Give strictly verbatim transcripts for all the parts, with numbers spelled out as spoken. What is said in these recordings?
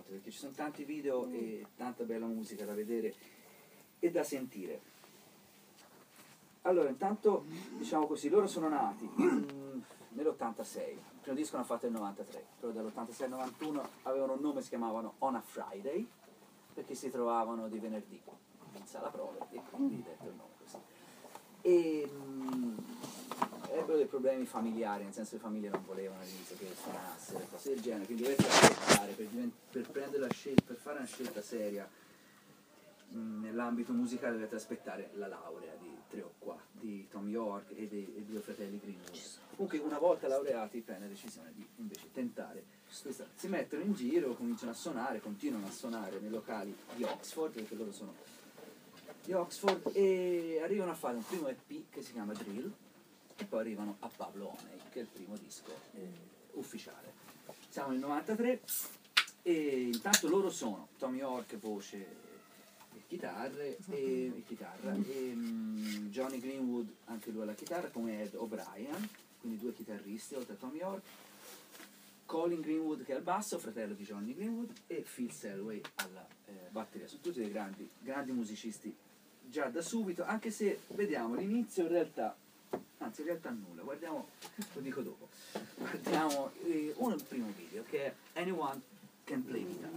forte, perché ci sono tanti video mm. e tanta bella musica da vedere e da sentire. Allora, intanto, diciamo così, loro sono nati nell'ottantasei, il primo disco l'hanno fatto nel novantatré, però dall'ottantasei al novantuno avevano un nome, si chiamavano On a Friday, perché si trovavano di venerdì in sala prove e quindi detto il nome così. E mh, ebbero dei problemi familiari, nel senso che le famiglie non volevano all'inizio che suonassero, cose del genere, quindi dovete aspettare per, per prendere la scelta, per fare una scelta seria mh, nell'ambito musicale dovete aspettare la laurea di tre o quattro di Tom York e dei, dei due fratelli Greenwood. Comunque una volta laureati prende la decisione di invece tentare questa. Si mettono in giro, cominciano a suonare, continuano a suonare nei locali di Oxford, perché loro sono di Oxford, e arrivano a fare un primo E P che si chiama Drill e poi arrivano a Pablo Honey, che è il primo disco eh, ufficiale. Siamo nel novantatré e intanto loro sono Tom York voce e chitarre e, e chitarra e um, Johnny Greenwood anche lui alla chitarra come Ed O'Brien, quindi due chitarristi oltre a Tom York, Colin Greenwood che è al basso, fratello di Johnny Greenwood, e Phil Selway alla eh, batteria. Sono tutti dei grandi, grandi musicisti già da subito, anche se vediamo l'inizio in realtà, anzi in realtà nulla, guardiamo, lo dico dopo, guardiamo eh, un primo video che è Anyone Can Play Guitar.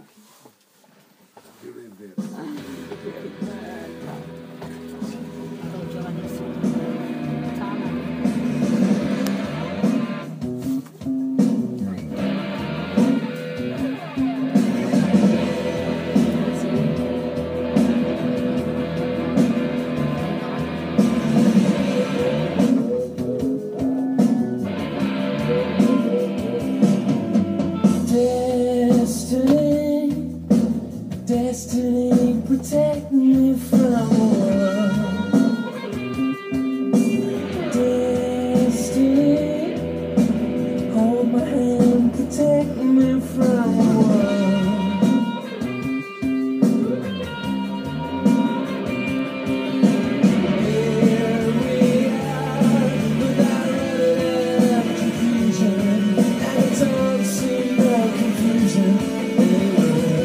Destiny, protect me from war. Destiny, hold my hand, protect me from war. Here we are, without any confusion, and it don't seem no confusion anywhere.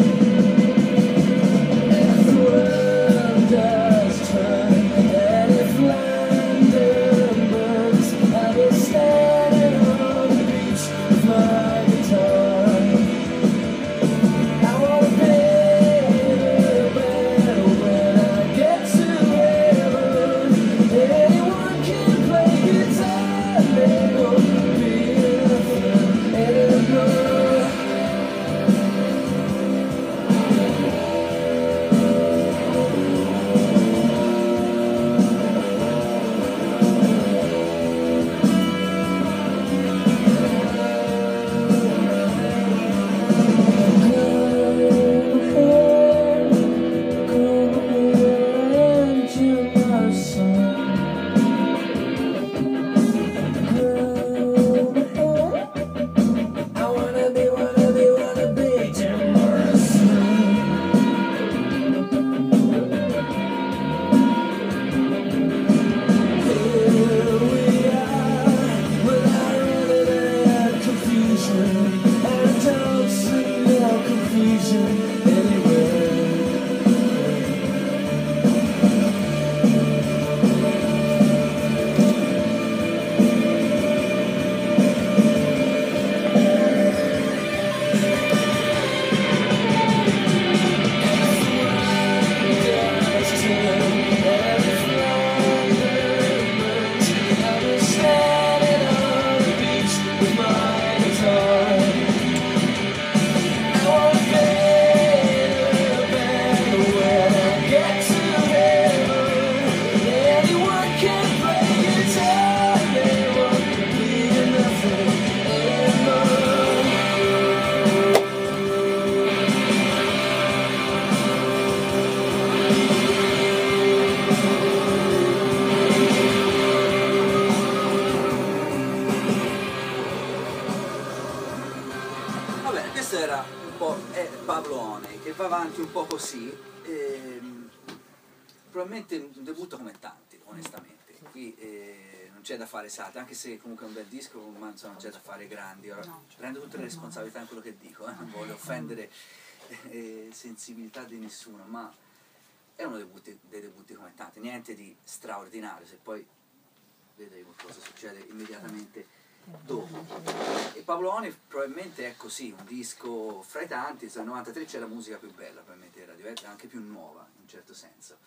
Un po' così, ehm, probabilmente un debutto come tanti, onestamente. Qui eh, non c'è da fare salto, anche se comunque è un bel disco, ma insomma non c'è da fare grandi. Ora prendo tutte le responsabilità in quello che dico, eh, non voglio offendere e sensibilità di nessuno, ma è uno dei debutti, dei debutti come tanti, niente di straordinario, se poi vedremo cosa succede immediatamente dopo. E Pabloni probabilmente è così, un disco fra i tanti, nel novantatré c'è la musica più bella, probabilmente era diversa, anche più nuova in un certo senso.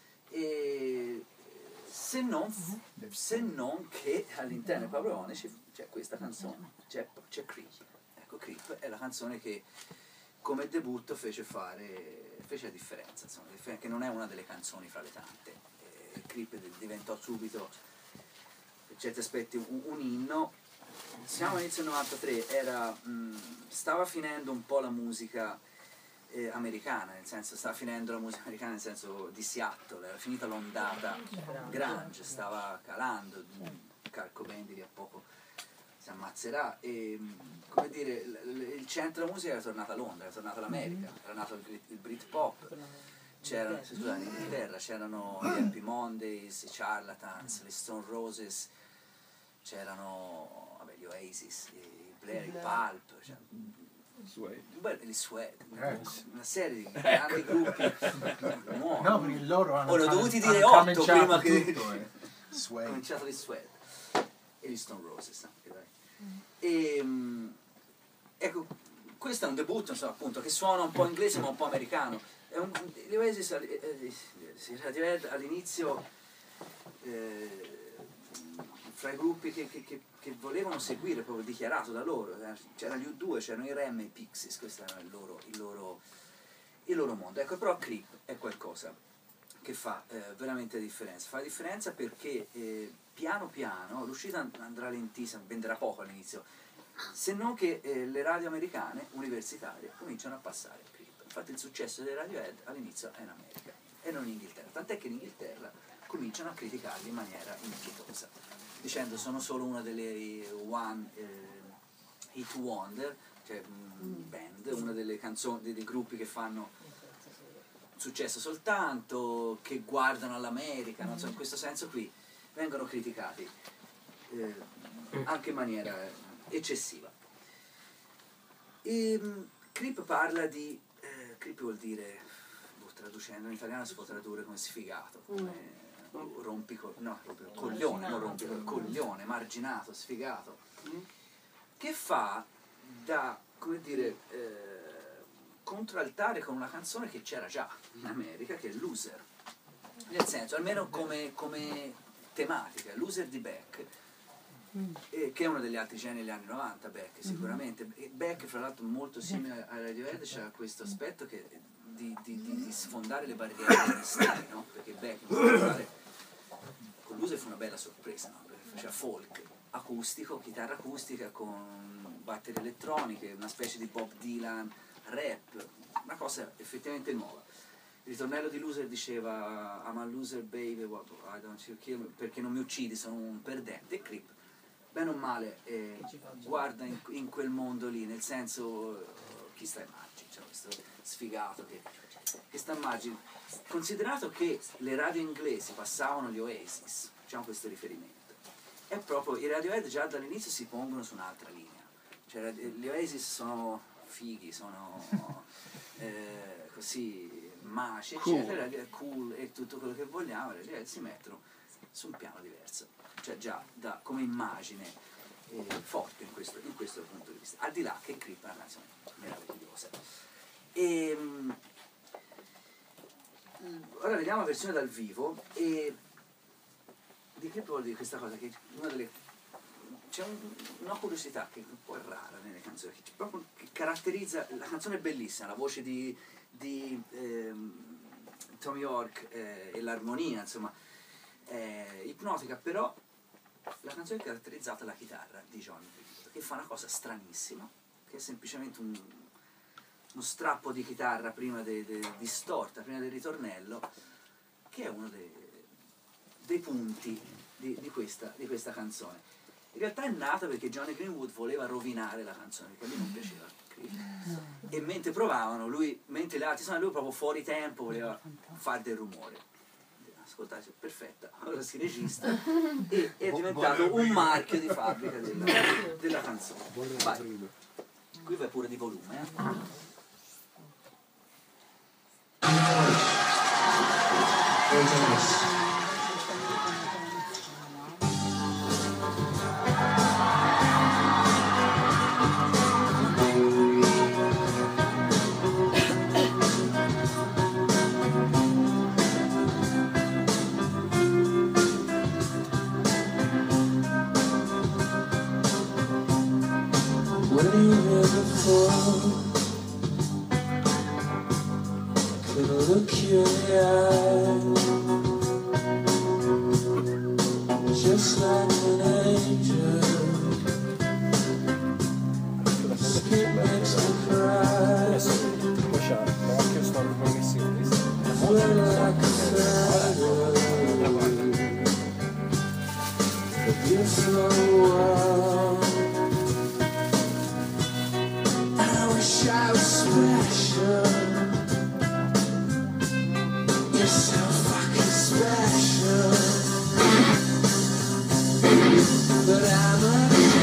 E se non, se non che all'interno di Pabloni c'è questa canzone, c'è, c'è Creep. Ecco, Creep è la canzone che come debutto fece fare, fece la differenza, insomma, che non è una delle canzoni fra le tante. E Creep diventò subito, per certi aspetti, un, un inno. Siamo all'inizio del novantatré, era, mh, stava finendo un po' la musica eh, americana, nel senso, stava finendo la musica americana nel senso di Seattle, era finita l'ondata grunge, stava calando, Kurt Cobain di lì a poco si ammazzerà e, come dire, il centro della musica era tornata a Londra, era tornata all'America, era nato il, il Britpop, c'erano, scusate, in Inghilterra c'erano gli Happy Mondays, i Charlatans, gli Stone Roses, c'erano vabbè, gli Oasis, i Blair, i Pulp, cioè, beh, gli Suede, una, una serie di grandi gruppi nuovi. No, perché loro hanno, oh, ne ho dovuti hanno dire otto cominciato prima che tutto, eh. ho cominciato gli Suede e gli Stone Roses anche, dai. E, um, ecco, questo è un debutto, insomma, appunto, che suona un po' inglese ma un po' americano. È un, gli Oasis eh, all'inizio eh, fra i gruppi che, che, che, che volevano seguire, proprio dichiarato da loro, c'erano gli U due, c'erano i Rem e i Pixies, questo era il loro, il loro, il loro mondo. Ecco, però Creep è qualcosa che fa eh, veramente la differenza. Fa la differenza perché eh, piano piano l'uscita andrà lentissima, venderà poco all'inizio, se non che eh, le radio americane universitarie cominciano a passare Creep. Infatti il successo dei Radiohead all'inizio è in America e non in Inghilterra, tant'è che in Inghilterra cominciano a criticarli in maniera impietosa, dicendo sono solo una delle one eh, hit wonder, cioè um, band, una delle canzoni, dei, dei gruppi che fanno successo soltanto, che guardano all'America, non so, in questo senso qui vengono criticati eh, anche in maniera eccessiva. E, um, Creep parla di, eh, Creep vuol dire, boh, traducendo in italiano si può tradurre come sfigato, come rompico, no, proprio coglione, non rompico, coglione, marginato, sfigato, che fa da, come dire, eh, contraltare con una canzone che c'era già in America, che è Loser, nel senso, almeno come, come tematica, Loser di Beck, eh, che è uno degli altri geni degli anni novanta, Beck sicuramente. E Beck, fra l'altro, molto simile a Radiohead, c'ha questo aspetto che di, di, di, di sfondare le barriere degli stili, no? Perché Beck in particolare con Loser fu una bella sorpresa, no? Perché faceva folk acustico, chitarra acustica con batterie elettroniche, una specie di Bob Dylan rap, una cosa effettivamente nuova. Il ritornello di Loser diceva I'm a loser baby, I don't you kill me, perché non mi uccidi, sono un perdente. E Creep, bene o male, eh, guarda in, in quel mondo lì, nel senso, chi sta in margine, cioè questo sfigato che, che sta in margine. Considerato che le radio inglesi passavano gli Oasis, facciamo questo riferimento, è proprio, i Radiohead già dall'inizio si pongono su un'altra linea, cioè gli Oasis sono fighi, sono eh, così maci, eccetera, cool. cool e tutto quello che vogliamo, e si mettono su un piano diverso, cioè già da, come immagine eh, forte in questo, in questo punto di vista, al di là che Creep è una canzone meravigliosa. E, um, ora vediamo la versione dal vivo, e di Creep vuol dire questa cosa, che una delle c'è un, una curiosità che un po' è rara nelle canzoni, che, proprio, che caratterizza, la canzone è bellissima, la voce di, di ehm, Tom York eh, e l'armonia, insomma, è ipnotica, però la canzone è caratterizzata dalla chitarra di Johnny Greenwood, che fa una cosa stranissima, che è semplicemente un, uno strappo di chitarra prima de, de, distorta, prima del ritornello, che è uno dei, dei punti di, di, questa, di questa canzone. In realtà è nata perché Johnny Greenwood voleva rovinare la canzone, perché a lui non piaceva Creep. E mentre provavano, lui, mentre gli altri suonavano, lui proprio fuori tempo voleva fare del rumore. Ascoltate, perfetta, allora si registra e è diventato un marchio di fabbrica della, della canzone. Vai. Qui vai pure di volume, eh? When you were before, could look you in the eye, just like an angel. Skin makes me cry. Well, like a feather, but you're so wild. I wish I was special. You're so fucking special. But I'm a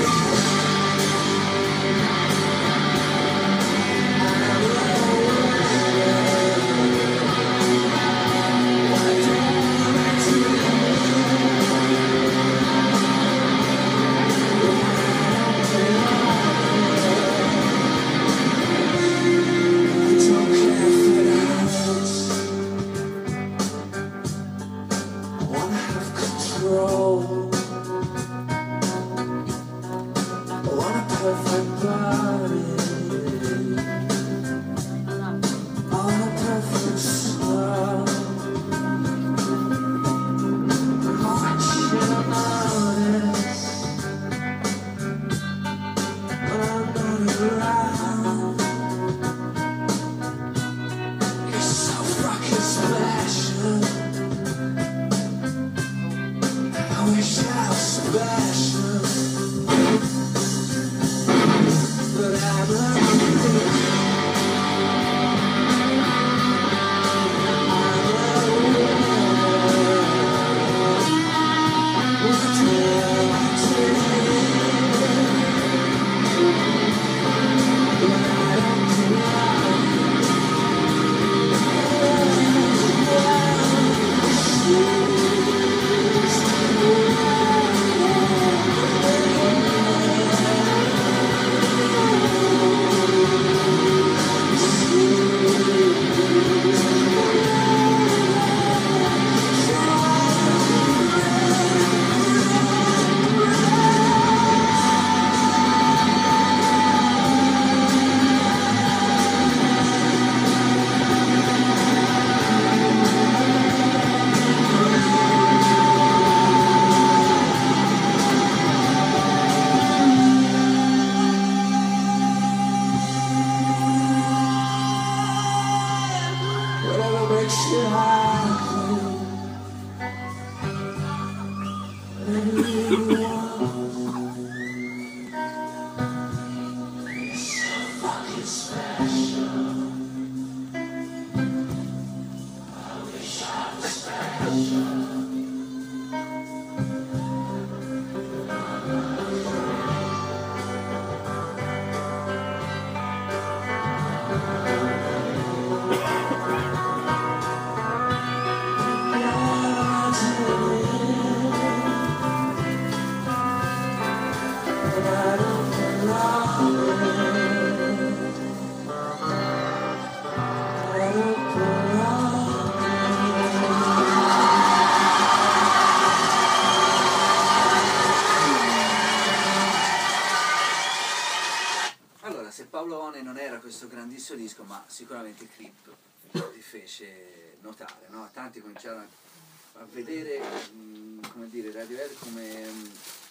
questo grandissimo disco, ma sicuramente il clip li fece notare, no? Tanti cominciarono a vedere, mh, come dire, Radiohead come mh,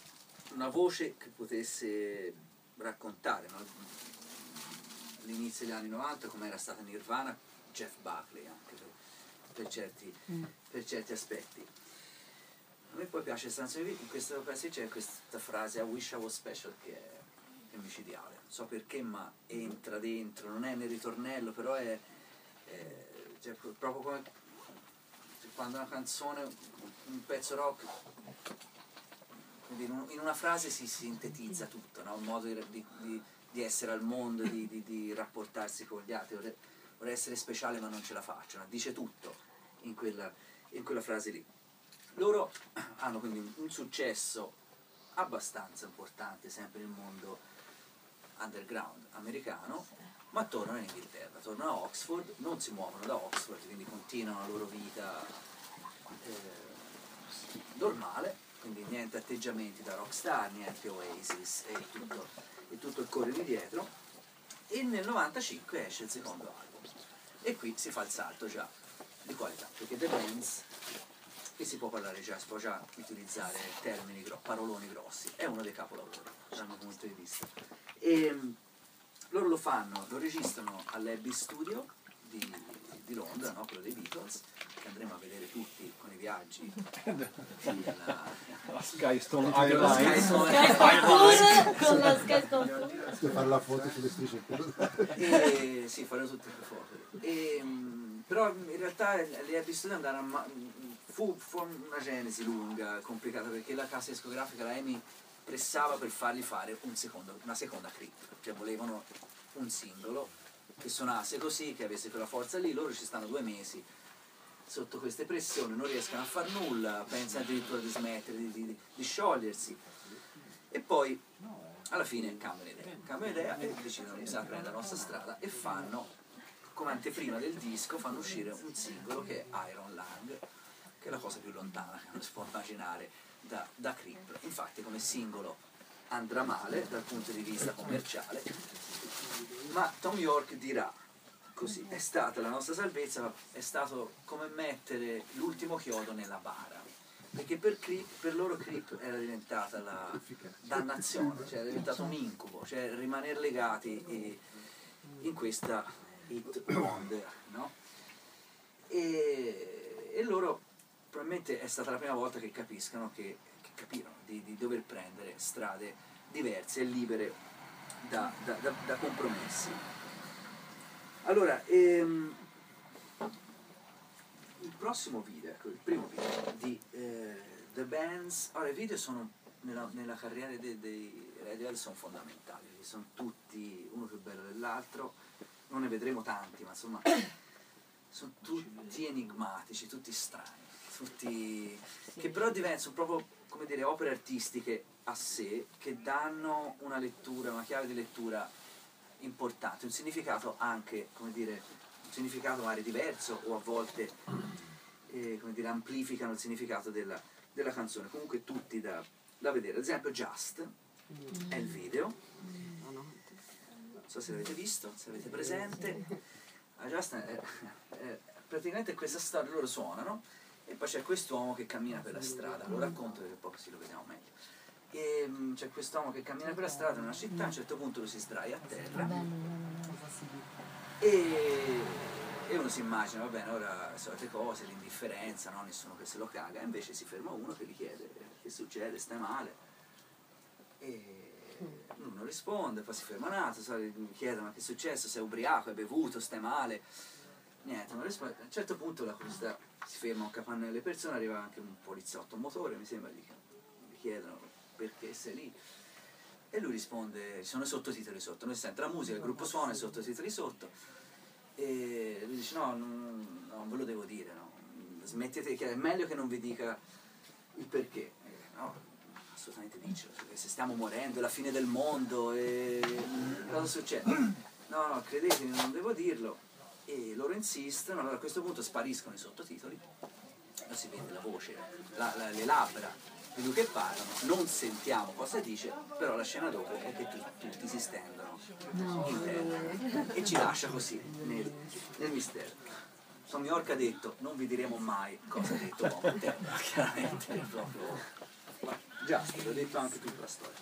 una voce che potesse raccontare, no? All'inizio degli anni novanta, come era stata Nirvana, Jeff Buckley anche per, per, certi, mm. per certi aspetti. A me poi piace questa canzone, in questo pezzo c'è questa frase I wish I was special che è, è micidiale, non so perché ma entra dentro, non è nel ritornello, però è, è cioè, proprio come quando una canzone, un pezzo rock, in una frase si sintetizza tutto, no? Un modo di, di, di essere al mondo, di, di, di rapportarsi con gli altri. Vorrei, vorrei essere speciale ma non ce la faccio, no? Dice tutto in quella, in quella frase lì. Loro hanno quindi un, un successo abbastanza importante sempre nel mondo underground americano, ma tornano in Inghilterra, tornano a Oxford, non si muovono da Oxford, quindi continuano la loro vita eh, normale, quindi niente atteggiamenti da rockstar, niente Oasis e tutto, e tutto il correre dietro, e nel novantacinque esce il secondo album e qui si fa il salto già di qualità, perché The Bands, qui si può parlare già, si può già utilizzare termini, paroloni grossi, è uno dei capolavori dal mio punto di vista. E loro lo fanno, lo registrano all'Abbey Studio di, di Londra, no? Quello dei Beatles, che andremo a vedere tutti con i viaggi della, la Skystone la Airlines Skystone con la Skystone Devo fare la foto sulle strisce. e sì, faremo tutte le foto. E, mh, però in realtà gli Abbey Studio andarono a, fu, fu una genesi lunga, complicata, perché la casa discografica, la EMI, pressava per fargli fare un secondo, una seconda clip, cioè volevano un singolo che suonasse così, che avesse quella forza lì. Loro ci stanno due mesi sotto queste pressioni, non riescono a far nulla, pensano addirittura di smettere, di, di, di sciogliersi, e poi alla fine cambiano idea, cambiano idea e decidono di prendere la nostra strada e fanno, come anteprima del disco, fanno uscire un singolo che è Iron Lung, che è la cosa più lontana che non si può immaginare da, da Creep. Infatti come singolo andrà male dal punto di vista commerciale, ma Thom Yorke dirà così: è stata la nostra salvezza, è stato come mettere l'ultimo chiodo nella bara, perché per, Creep, per loro Creep era diventata la dannazione, cioè era diventato un incubo, cioè rimanere legati e, in questa hit wonder, no? E, e loro probabilmente è stata la prima volta che capiscono che, che capirono di, di dover prendere strade diverse e libere da, da, da, da compromessi. Allora, ehm, il prossimo video, ecco, il primo video di eh, The Bands. Ora, i video sono nella, nella carriera dei, dei Radiohead sono fondamentali, sono tutti uno più bello dell'altro, non ne vedremo tanti, ma insomma sono tutti enigmatici, tutti strani, tutti che però diventano proprio, come dire, opere artistiche a sé, che danno una lettura, una chiave di lettura importante, un significato anche, come dire, un significato magari diverso, o a volte eh, come dire, amplificano il significato della, della canzone. Comunque tutti da, da vedere. Ad esempio Just è il video, non so se l'avete visto, se l'avete presente. A Just è, è, praticamente questa storia, loro suonano e poi c'è quest'uomo che cammina per la strada, lo racconto perché poi così lo vediamo meglio. E um, c'è quest'uomo che cammina per la strada in una città, a un certo punto lo si sdraia a terra e, e uno si immagina, va bene, ora le solite cose, l'indifferenza, no? Nessuno che se lo caga, e invece si ferma uno che gli chiede: che succede, stai male? E uno non risponde, poi si ferma un altro, so, gli chiedono: ma che è successo, sei ubriaco, hai bevuto, stai male? Niente, non risponde. A un certo punto la curiosità si ferma un capannello delle persone, arriva anche un poliziotto, un motore, mi sembra, gli, gli chiedono: perché sei lì? E lui risponde: ci sono i sottotitoli sotto, noi sente la musica, il gruppo suona, i sottotitoli sotto, e lui dice: no, non, non ve lo devo dire, no, smettete, che è meglio che non vi dica il perché. E, no, assolutamente dicelo, se stiamo morendo, è la fine del mondo, e cosa succede? No, no, credetemi, non devo dirlo. E loro insistono. Allora a questo punto spariscono i sottotitoli, non si vede la voce, la, la, le labbra di lui che parlano, non sentiamo cosa dice, però la scena dopo è che tu, tutti si stendono in terra e ci lascia così nel, nel mistero. Thom Yorke ha detto: non vi diremo mai cosa ha detto l'uomo in terra, chiaramente è proprio già, l'ho detto anche tutta la storia.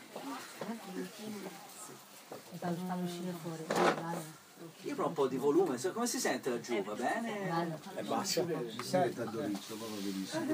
Fanno uscire fuori, vale. Io provo un po' di volume, so come si sente laggiù, va bene? è basso. Si sente il doriccio, ma va benissimo.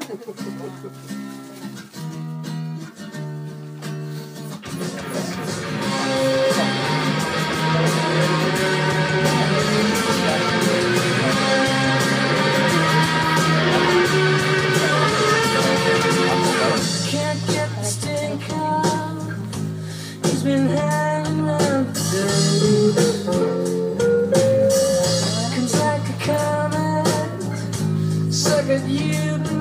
Can't get the stink out. He's been hanging out today. Comes like a comet, suck at you.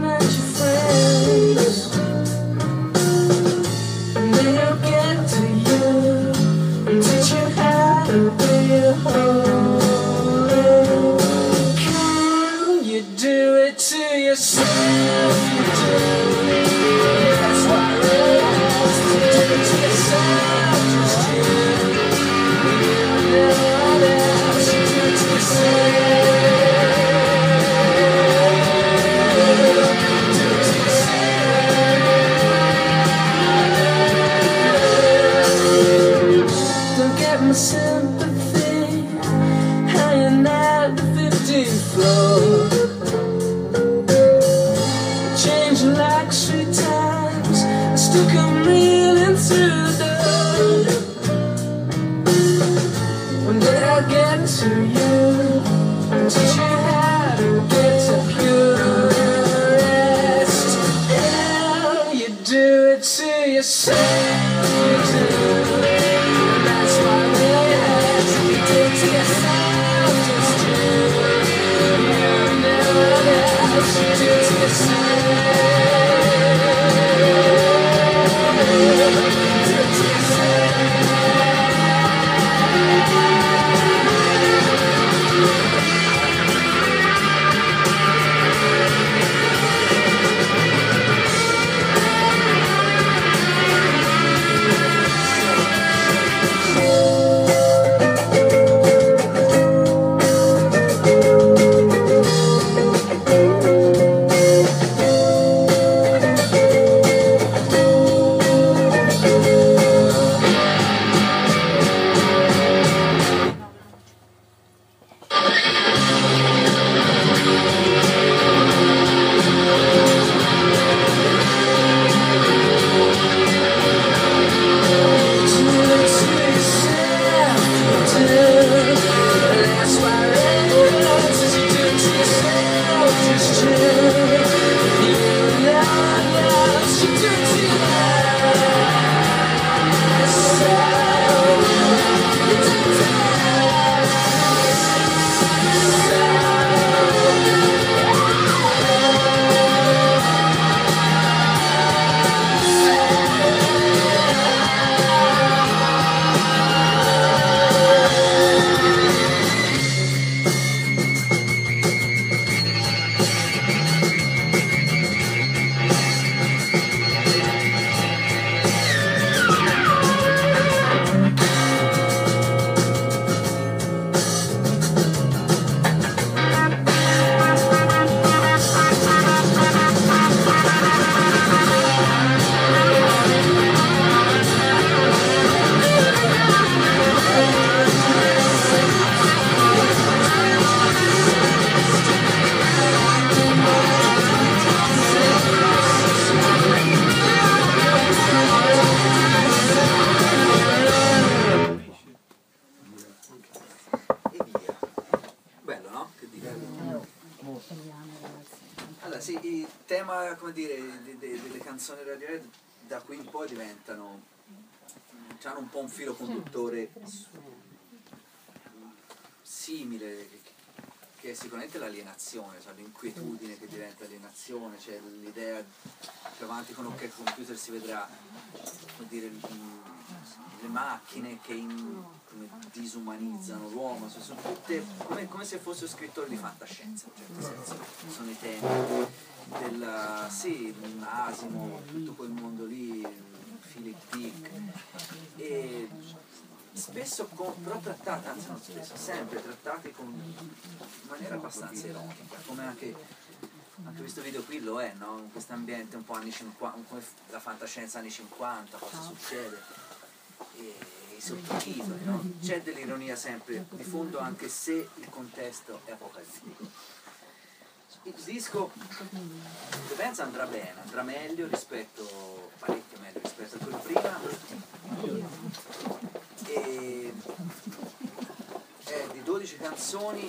no? Che dite? Speriamo, ragazzi. Allora sì, il tema, come dire, de- de- delle canzoni Radiohead da qui in poi diventano, hanno un po' un filo conduttore simile, che è sicuramente l'alienazione, cioè l'inquietudine che diventa alienazione, cioè l'idea più avanti con OK Computer si vedrà, come dire, le macchine che in, come disumanizzano l'uomo, cioè sono tutte come, come se fossero scrittori di fantascienza, in certo senso. Sono i temi del, sì, Asimo, tutto quel mondo lì, Philip Dick, e spesso con, però trattati, anzi non spesso, sempre trattati con, in maniera abbastanza ironica, come anche, anche questo video qui lo è, no? In questo ambiente un po' anni cinquanta, come la fantascienza anni cinquanta, cosa succede, e i sottotitoli, no? C'è dell'ironia sempre di fondo, anche se il contesto è apocalittico. Il disco The Bands andrà bene, andrà meglio rispetto, parecchio meglio rispetto a quello prima, e è di dodici canzoni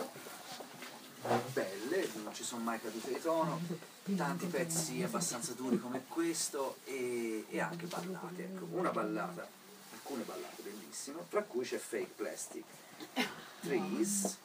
belle, non ci sono mai cadute di tono, tanti pezzi abbastanza duri come questo, e, e anche ballate, ecco, una ballata, alcune ballate bellissime, tra cui c'è Fake Plastic Trees,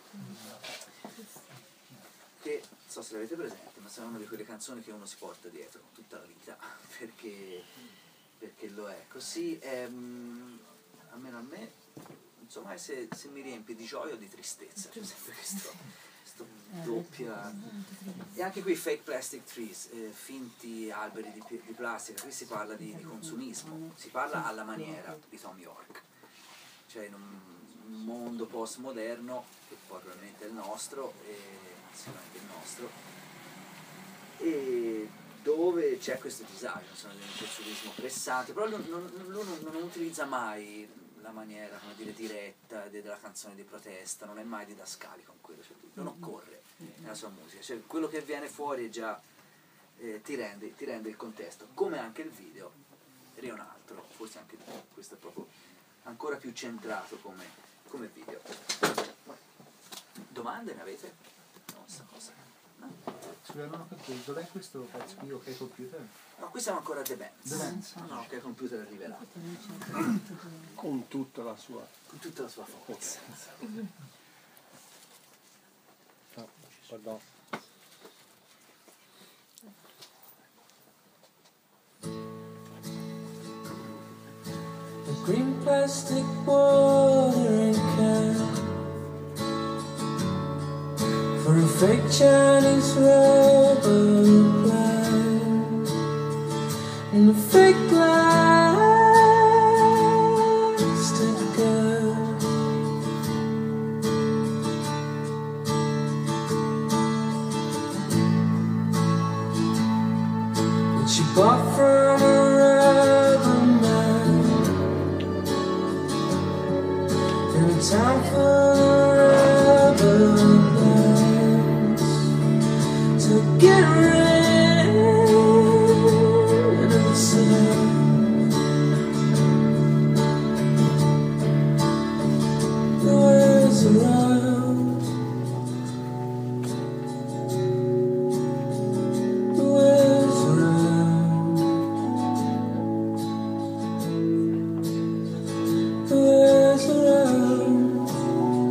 che non so se l'avete presente, ma sono una di quelle canzoni che uno si porta dietro tutta la vita, perché, perché lo è così, ehm, almeno a me, non so mai se, se mi riempie di gioia o di tristezza, c'è sempre questo, questo doppia, e anche qui Fake Plastic Trees, eh, finti alberi di, di plastica, qui si parla di, di consumismo, si parla alla maniera di Tom York, cioè in un, un mondo postmoderno, che poi probabilmente è il nostro, e, sicuramente il nostro, e dove c'è questo disagio, insomma, del consumismo pressante, però lui, non, lui non, non utilizza mai la maniera, come dire, diretta de, della canzone di protesta, non è mai didascalico con quello, cioè, non occorre nella sua musica, cioè quello che viene fuori è già, eh, ti, rende, ti rende il contesto, come anche il video, è un altro, forse anche questo è proprio ancora più centrato come, come video. Domande ne avete? Cosa? No? Scusa, non ho capito, dov'è questo pezzo qui, OK Computer? No, qui siamo ancora a The Bands. The Bands. No, OK Computer arriverà. Con tutta la sua... Con tutta la sua forza. No, pardon. A green plastic watering can for a fake Chinese rubber plant and a fake plastic girl. And she bought from a rubber man in a town full of rubber to get rid of the sun. The world's around, the world's around, the world's around.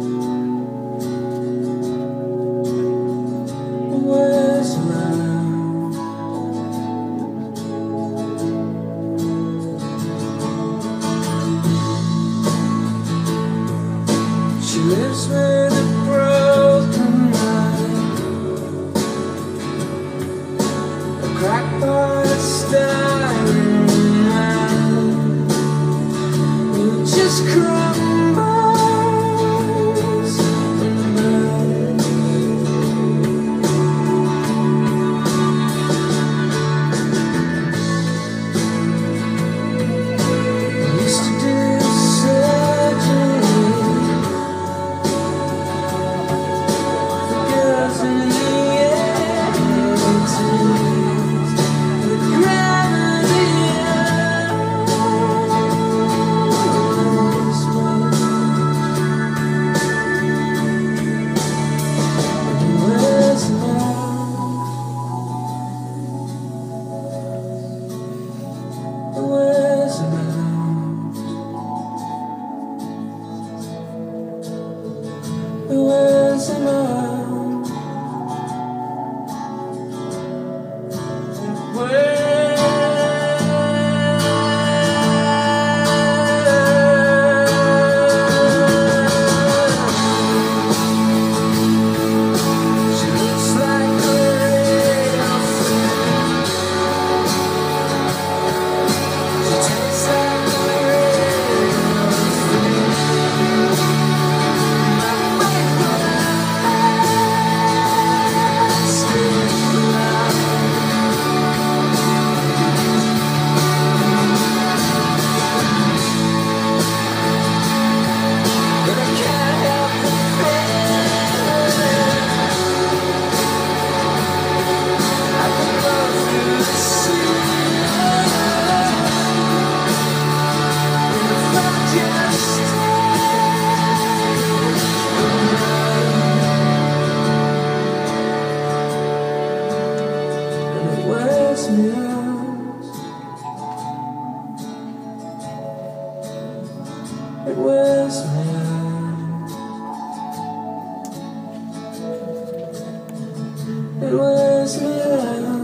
It wears me out.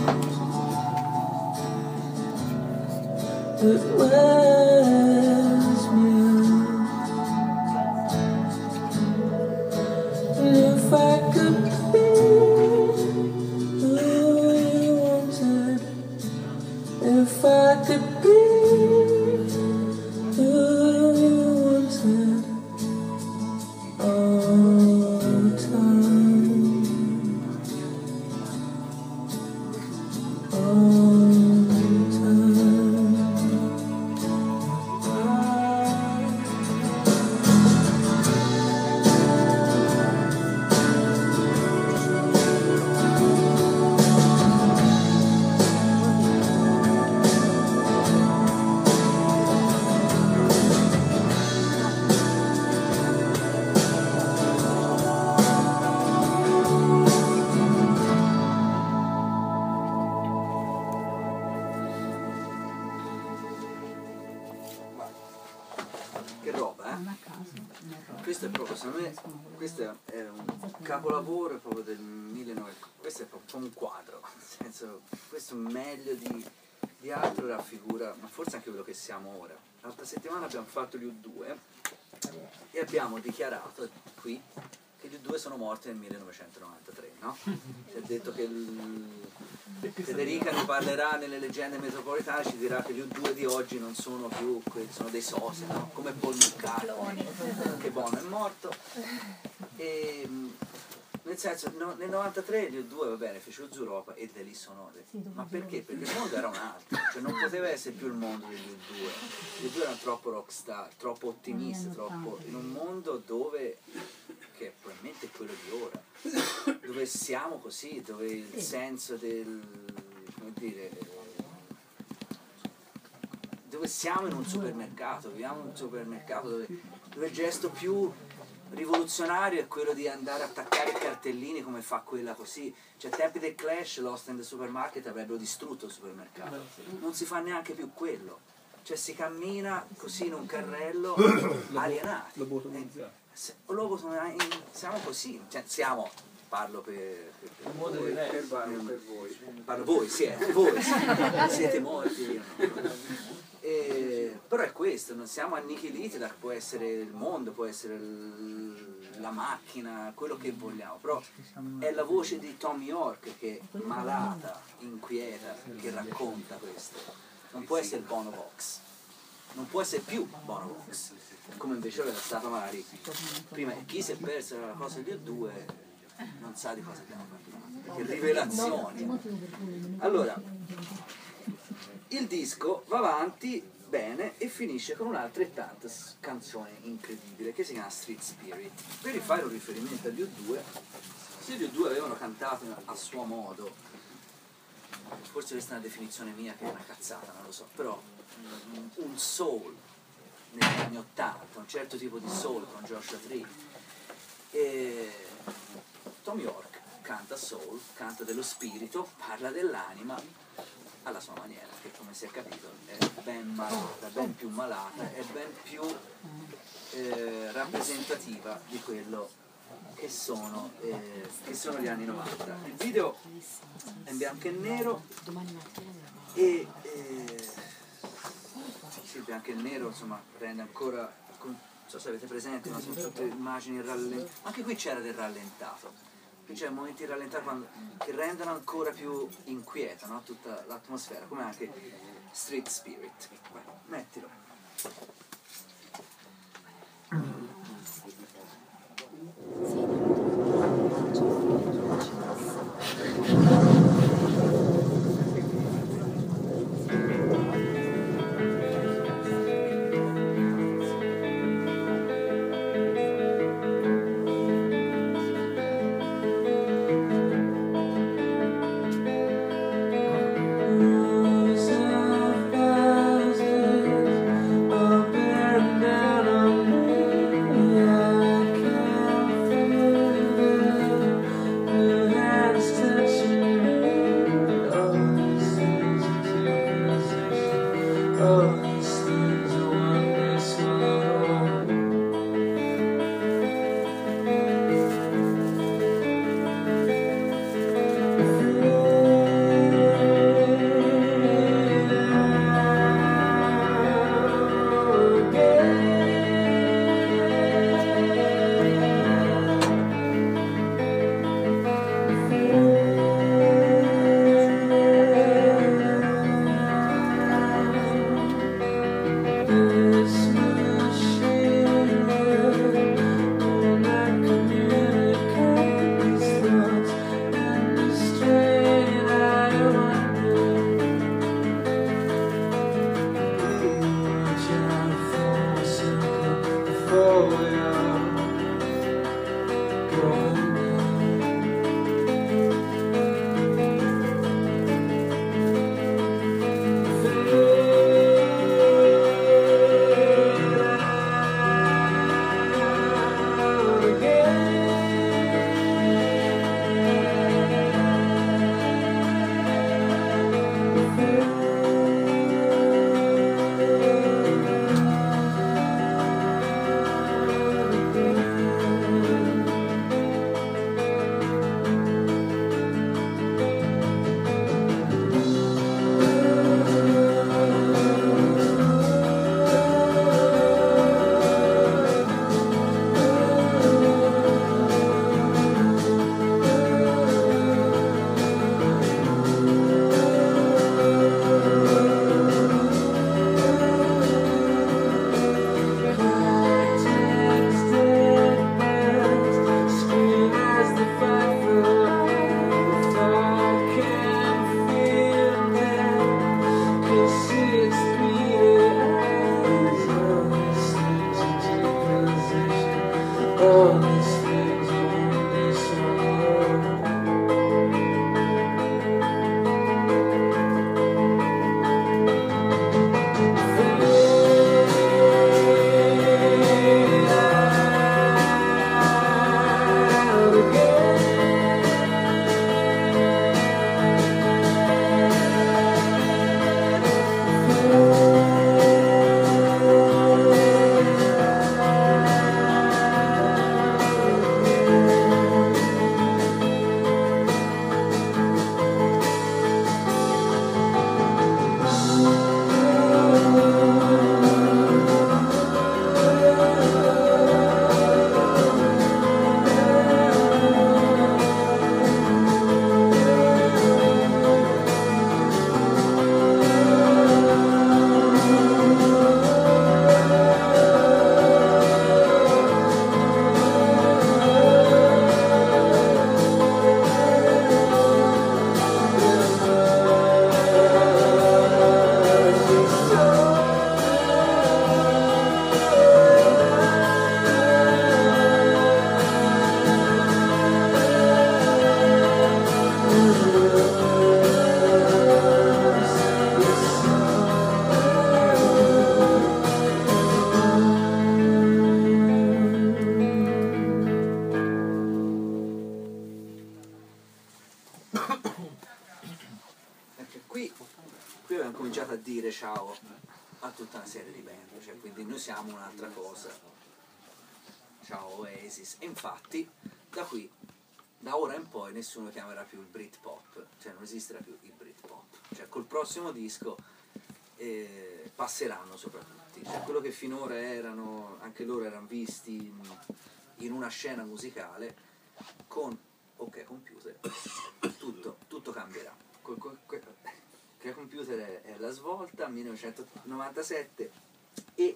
It wears me out. And if I could be who you wanted, if I could be who you wanted all the time, all the time. Che roba, Non eh? a caso, un errore. Questo è proprio, secondo me, questo è è un capolavoro proprio del millenovecento, questo è proprio un quadro, nel senso, questo meglio di, di altro raffigura, ma forse anche quello che siamo ora. L'altra settimana abbiamo fatto gli U due e abbiamo dichiarato qui che gli U due sono morti nel millenovecentonovantatré, no? Si è detto che il, Federica ne parlerà nelle leggende metropolitane, ci dirà che gli U due di oggi non sono più quelli, sono dei sosi, no? Come Paul McCartney, che Bono è morto. E, mh, nel senso, no, nel novantatré gli U due, va bene, fece Europa e da lì sono... Ma perché? Perché il mondo era un altro, cioè non poteva essere più il mondo degli U due. Gli U due erano troppo rockstar, troppo ottimisti, troppo... in un mondo dove... che probabilmente è quello di ora, dove siamo così, dove il senso del, come dire, dove siamo in un supermercato, viviamo in un supermercato dove, dove il gesto più rivoluzionario è quello di andare a attaccare i cartellini come fa quella così, cioè ai tempi del Clash Lost in the Supermarket avrebbero distrutto il supermercato, non si fa neanche più quello, cioè si cammina così in un carrello alienati. Lobotomizzato. Se- lobotomi- siamo così, cioè siamo, parlo per, per, per modo voi, diverso. per, Parlo per voi. parlo voi, siete, voi siete, siete morti, io no. E, però è questo, non siamo annichiliti da può essere il mondo, può essere il- la macchina, quello che vogliamo, però è la voce di Tom York che è malata, inquieta, che racconta questo, non può essere Bono Vox, non può essere più Bono Vox, come invece lo era stato magari prima. E chi si è perso la cosa degli U due non sa di cosa abbiamo parlato, perché rivelazioni. Allora, il disco va avanti bene e finisce con un'altrettanta s- canzone incredibile che si chiama Street Spirit. Per rifare un riferimento agli U due, se gli U due avevano cantato a suo modo, forse questa è una definizione mia che è una cazzata, non lo so, però mm, un soul negli anni ottanta, un certo tipo di soul con Joshua Tree, e Tom York canta soul, canta dello spirito, parla dell'anima alla sua maniera, che come si è capito è ben malata, ben più malata, è ben più eh, rappresentativa di quello che sono, eh, che sono gli anni novanta. Il video è in bianco e nero e eh, sì, il bianco e nero insomma rende ancora, non so se avete presente, ma sono tutte immagini rallentate, anche qui c'era del rallentato. Qui c'è momenti rallentati quando, che rendono ancora più inquieta, no? Tutta l'atmosfera, come anche Street Spirit. Vai, mettilo. Rows of houses are bearing down on me. I can't feel cominciato a dire ciao a tutta una serie di band, cioè, quindi noi siamo un'altra cosa, ciao Oasis, e infatti da qui, da ora in poi nessuno chiamerà più il Britpop, cioè non esisterà più il Britpop, cioè col prossimo disco eh, passeranno sopra tutti, cioè quello che finora erano, anche loro erano visti in, in una scena musicale, con OK Computer tutto, tutto cambierà. Col, col, col, OK Computer è, è la svolta, millenovecentonovantasette, e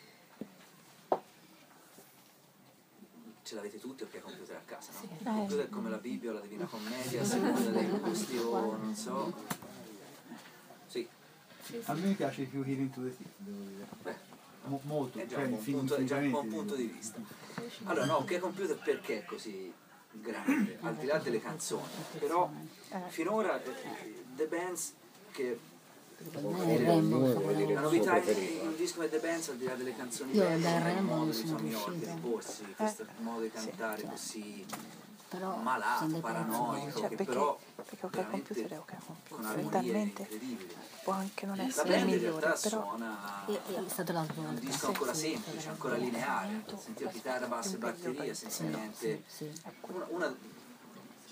ce l'avete tutti OK Computer a casa, no? Sì. OK Computer è come la Bibbia o la Divina Commedia, a seconda dei gusti o non so. Sì. A me piace più Healing to the Thief, devo dire. Beh, Mo- molto, è già, cioè un buon fin- punto, è già un buon infinitamente punto di vista. Allora, no, OK Computer perché è così grande, al di là delle canzoni, però finora eh, The Bands, che Non è Rainbow, la novità in un disco è The Bands, al di là delle canzoni Io belle, dal il Rainbow modo non di sono Tony Hawk riuscita. di porsi, questo modo di cantare così però malato, sono dei paranoico, pezzi- Cioè, che perché, però perché OK veramente Computer è OK con Computer, armonie talmente incredibili. può anche non La essere band il in migliore, realtà però suona È, è stato la un volta. disco ancora semplice, ancora lineare, sentire chitarra, basso e Migliore. batteria senza Sì, niente. Sì. Una, una-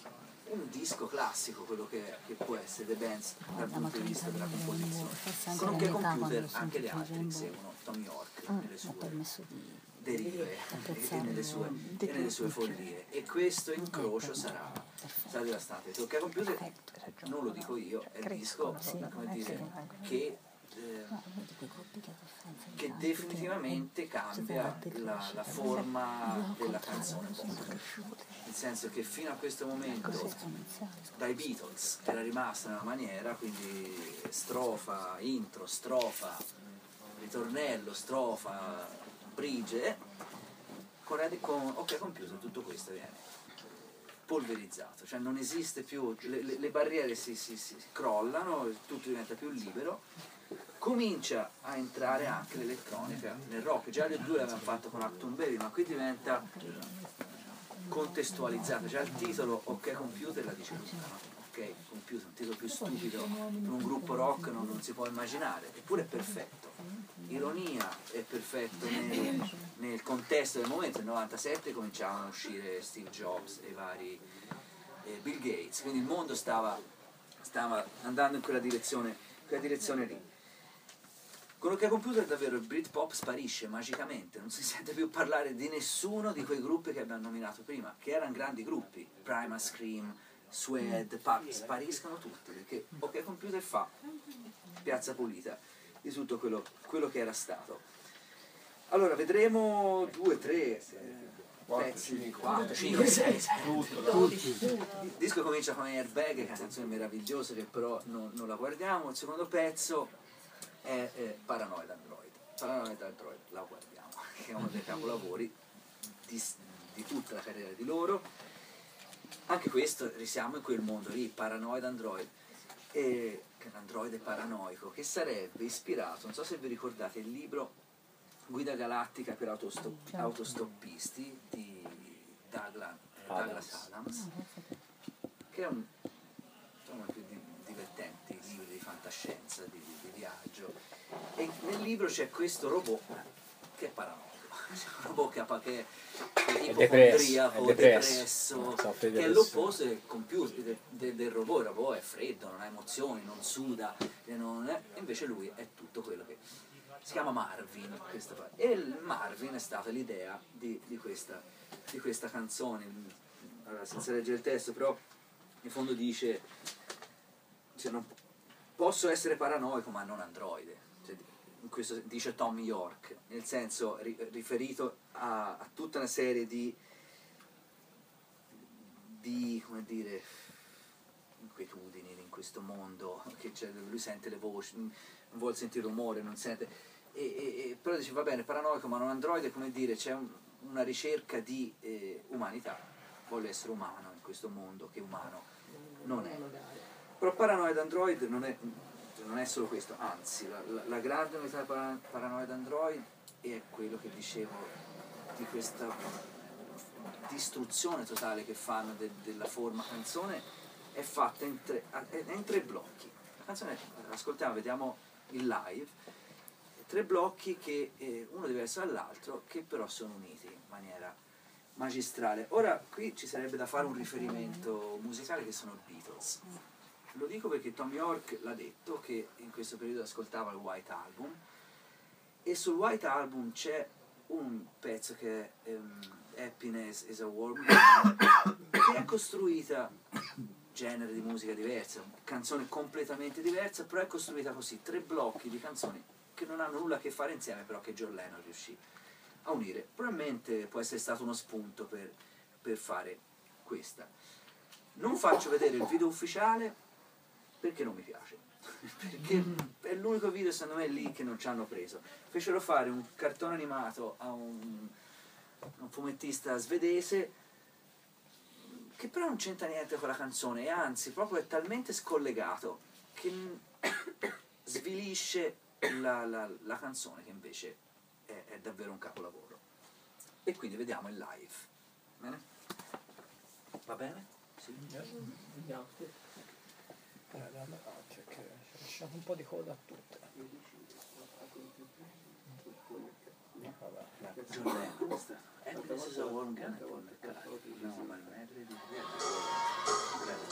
un disco classico, quello che, che può essere The Bands dal Guarda, ma punto di vista che della mi composizione. forse anche Con OK nell'età quando Computer ho anche gli sentito altri Rainbow, seguono Tom York mm, nelle mi ha sue permesso di derive e, e apprezzare nelle sue, di e nelle sue più. follie, e questo incrocio Eh, sarà, perfetto. sarà devastante. OK Computer, Perfetto, hai ragione. non lo dico io, è il disco, Crescono, sì, come eh, dire, sì. che eh, No, uno di quei gruppi che a differenza di che tanti definitivamente cambia la, la forma della canzone pop, nel senso che fino a questo momento dai Beatles era rimasta in una maniera, quindi strofa, intro, strofa, ritornello, strofa, bridge, con, Red- con OK Computer tutto questo viene polverizzato, cioè non esiste più, le, le, le barriere si, si, si crollano, tutto diventa più libero, comincia a entrare anche l'elettronica nel rock. Già le due l'avevano fatto con Acton Baby, ma qui diventa contestualizzata, già il titolo OK Computer la dice tutta, no? OK Computer, un titolo più stupido per un gruppo rock non, non si può immaginare, eppure è perfetto. Ironia, è perfetto nel, nel contesto del momento. Nel novantasette cominciavano a uscire Steve Jobs e i vari eh, Bill Gates, quindi il mondo stava, stava andando in quella direzione, quella direzione lì. Con OK Computer davvero il Britpop sparisce magicamente, non si sente più parlare di nessuno di quei gruppi che abbiamo nominato prima, che erano grandi gruppi, Primal Scream, Suede, Pub, spariscono tutti, perché OK Computer fa piazza pulita di tutto quello, quello che era stato. Allora vedremo due, tre pezzi, quattro, cinque, sei, il disco comincia con Airbag, che è una canzone meravigliosa che però non, non la guardiamo. Il secondo pezzo è eh, Paranoid Android. Paranoid Android la guardiamo, che è uno dei capolavori di, di tutta la carriera di loro. Anche questo, risiamo in quel mondo lì, Paranoid Android, e, che è un androide paranoico, che sarebbe ispirato, non so se vi ricordate il libro Guida Galattica per autostop, autostoppisti di Douglas, eh, Douglas Adams, che è un, uno dei più di, divertenti libri di fantascienza, di, di viaggio, e nel libro c'è questo robot che è paranoico, un robot che, che è ipocondriaco, depresso, depresso che è l'opposto del computer, del, del, del robot. Il robot è freddo, non ha emozioni, non suda, e non è, invece lui è tutto quello che si chiama Marvin. Questa, e il Marvin è stata l'idea di, di, questa, di questa canzone. Allora, senza leggere il testo, però in fondo dice, cioè, non, posso essere paranoico ma non androide, cioè, in questo dice Tom York, nel senso ri, riferito a, a tutta una serie di di come dire inquietudini in questo mondo, che c'è, lui sente le voci, non vuole sentire rumore, non sente, e, e, e, però dice va bene, paranoico ma non androide, come dire, c'è un, una ricerca di eh, umanità, voglio essere umano in questo mondo che umano non è. Però Paranoid Android non è, non è solo questo, anzi la, la, la grande novità di Paranoid Android è quello che dicevo di questa distruzione totale che fanno de, della forma canzone. È fatta in tre, in tre blocchi. La canzone, ascoltiamo, vediamo il live, tre blocchi che eh, uno diverso dall'altro, che però sono uniti in maniera magistrale. Ora qui ci sarebbe da fare un riferimento musicale, che sono i Beatles. Lo dico perché Tom York l'ha detto che in questo periodo ascoltava il White Album, e sul White Album c'è un pezzo che è um, Happiness is a Warm Gun, che è costruita, genere di musica diversa, canzone completamente diversa, però è costruita così, tre blocchi di canzoni che non hanno nulla a che fare insieme, però che John Lennon riuscì a unire. Probabilmente può essere stato uno spunto per, per fare questa. Non faccio vedere il video ufficiale perché non mi piace, perché è l'unico video secondo me lì che non ci hanno preso. Fecero fare un cartone animato a un, un fumettista svedese che però non c'entra niente con la canzone, e anzi proprio è talmente scollegato che svilisce la, la, la canzone, che invece è, è davvero un capolavoro. E quindi vediamo il live. Bene? Va bene? Sì. Vediamo. C'è che c'è lasciato un po' di coda a tutte. Vabbè, John Lennon, questa. Happiness is a Warm Gun, Paul McCartney. No, ma il medley di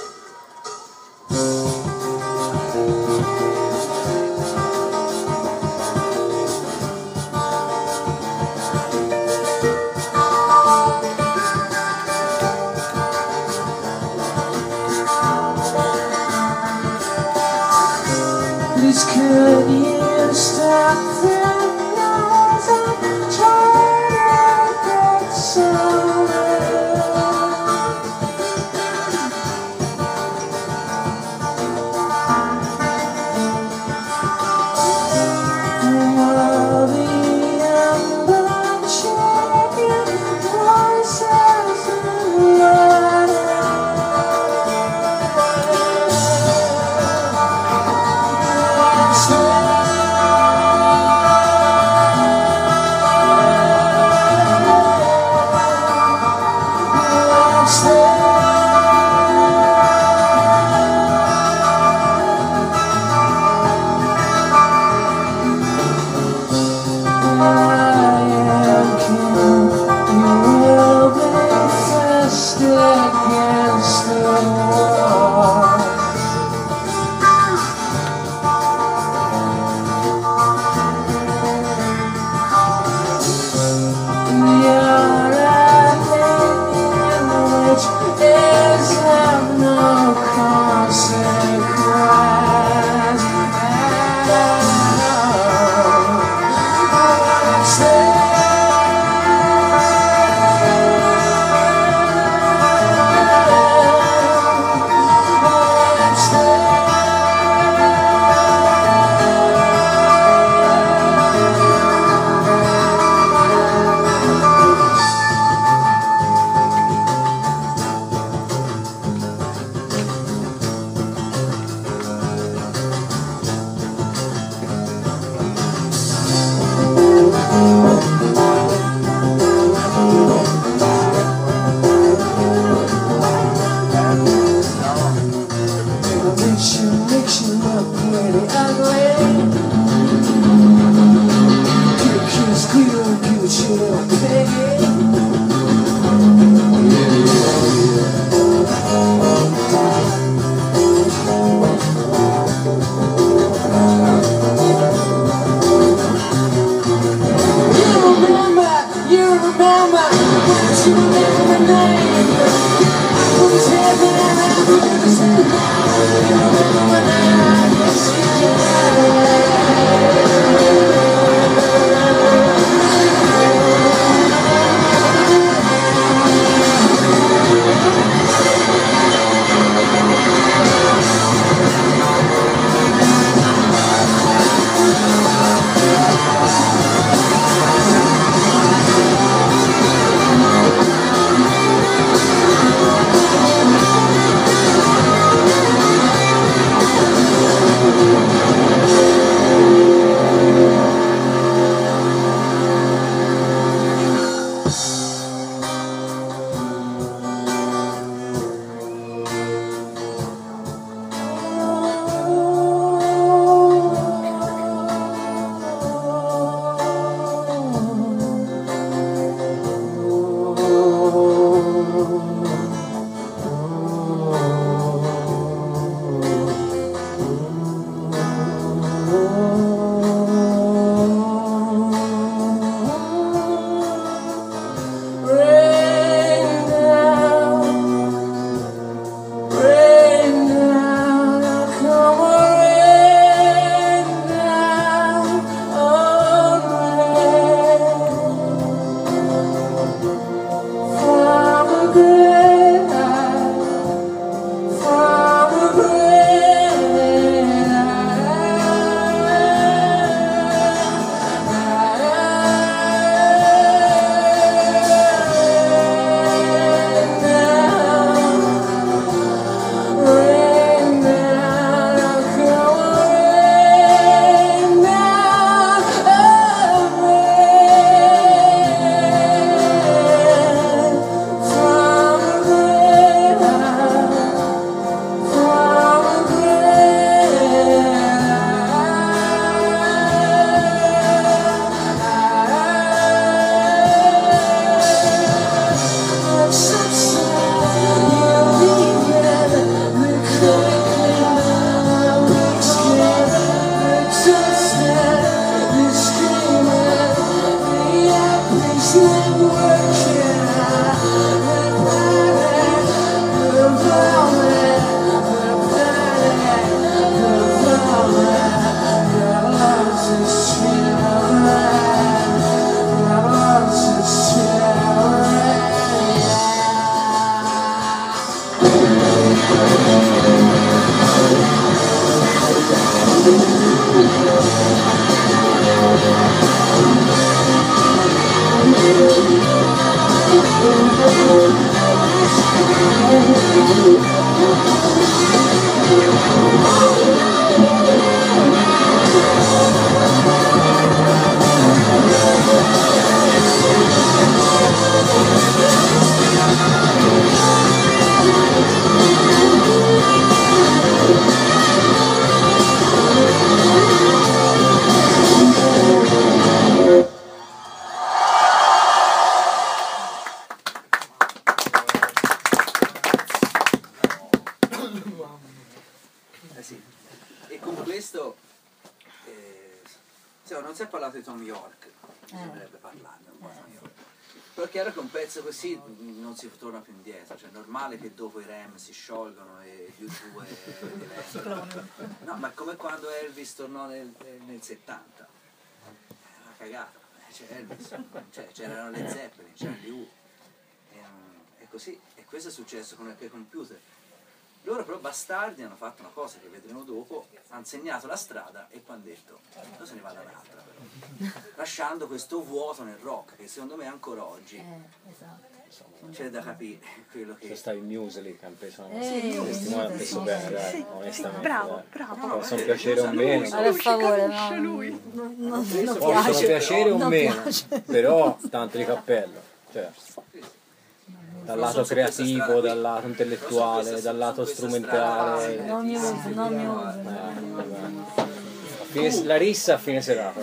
sì. E con questo eh, insomma, non si è parlato di Tom York, bisognerebbe parlarne un po' di Tom York. Però è chiaro che un pezzo così non si torna più indietro, cioè è normale che dopo i Rem si sciolgono e gli U due diventano. No, ma è come quando Elvis tornò nel, nel settanta. È una cagata, c'è Elvis, cioè, c'erano le Zeppelin, c'era gli U. E, e così, e questo è successo con il computer. Loro però bastardi hanno fatto una cosa che vedremo dopo, hanno segnato la strada e poi hanno detto non se ne va dall'altra però, lasciando questo vuoto nel rock che secondo me ancora oggi Eh, esatto. c'è da capire quello C'è che... stato il musical che hanno preso una Eh, testimone ha sì, preso sì, bene, sì, dai, sì, onestamente. bravo, dai. bravo. Possono piacere o meno, Lui, Per favore, capisce no, lui. non, non, non possono piace. piacere o Non meno, piace. però tanto di cappello, cioè, dal lato Non so su questa strada creativo, qui. dal lato Non intellettuale, so su questa- dal lato su questa strumentale. strada. Non mi uso, non mi Eh, uso. vabbè. Fine- la rissa a fine serata,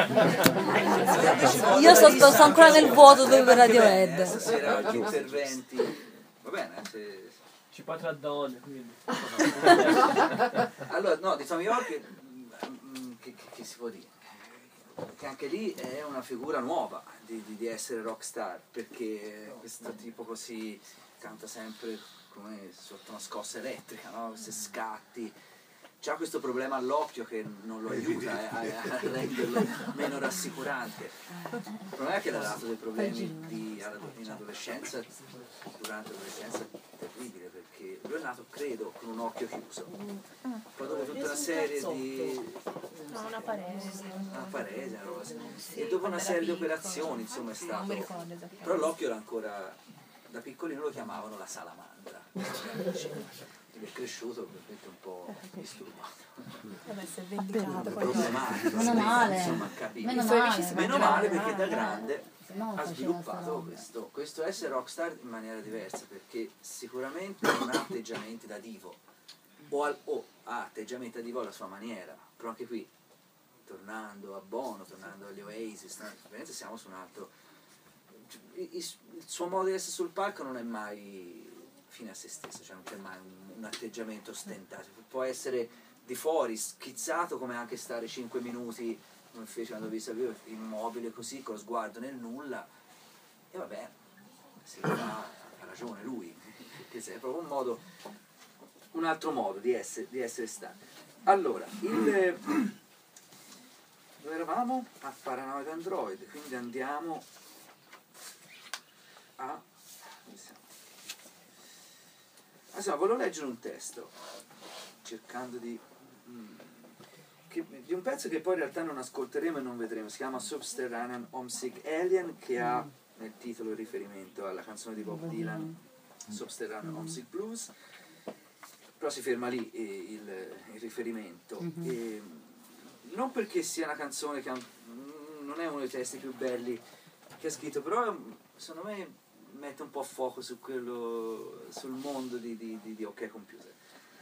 vabbè. Io sto, sto ancora nel vuoto dove per Radiohead. Stasera gli interventi... Va bene, se... Ci potrà donne, quindi. Allora, no, di Tom York mm, che, che, che si può dire? Che anche lì è una figura nuova di, di, di essere rockstar, perché questo tipo così canta sempre come sotto una scossa elettrica, no? Questi scatti. C'ha questo problema all'occhio che non lo aiuta eh, a, a renderlo meno rassicurante. Il problema è che l'ha dato dei problemi di, in adolescenza, durante l'adolescenza, terribile, perché lui è nato, credo, con un occhio chiuso. Poi dopo tutta una serie di... No, una paresi. una parese, una roba così. E dopo una serie di operazioni, insomma, è stato... Però l'occhio era ancora... Da piccolino lo chiamavano la salamandra. È cresciuto veramente un po' disturbato. Vabbè, si è vendicato. poi Problematico. Meno male. Insomma, capito. Meno I suoi amici male. si Meno male perché da grande No, ha faceva sviluppato sta roba. questo, questo essere rockstar in maniera diversa, perché sicuramente non ha atteggiamenti da divo o, al, o ha atteggiamenti da divo alla sua maniera, però anche qui tornando a Bono, tornando agli Oasis, no? Ovviamente siamo su un altro... Il, il suo modo di essere sul palco non è mai fine a se stesso, cioè non c'è mai un, un atteggiamento ostentato, può essere di fuori schizzato come anche stare cinque minuti come fece quando ho visto lui immobile così con lo sguardo nel nulla e vabbè se lo fa ha ragione lui perché è proprio un modo, un altro modo di essere, di essere stato. Allora il dove eravamo? A Paranoid Android, quindi andiamo a insomma, volevo leggere un testo cercando di mm, che, di un pezzo che poi in realtà non ascolteremo e non vedremo, si chiama Subterranean Homesick Alien, che ha nel titolo il riferimento alla canzone di Bob Dylan Subterranean Homesick Blues, però si ferma lì eh, il, il riferimento e, non perché sia una canzone che ha, non è uno dei testi più belli che ha scritto, però secondo me mette un po' fuoco su quello, sul mondo di, di, di, di OK Computer.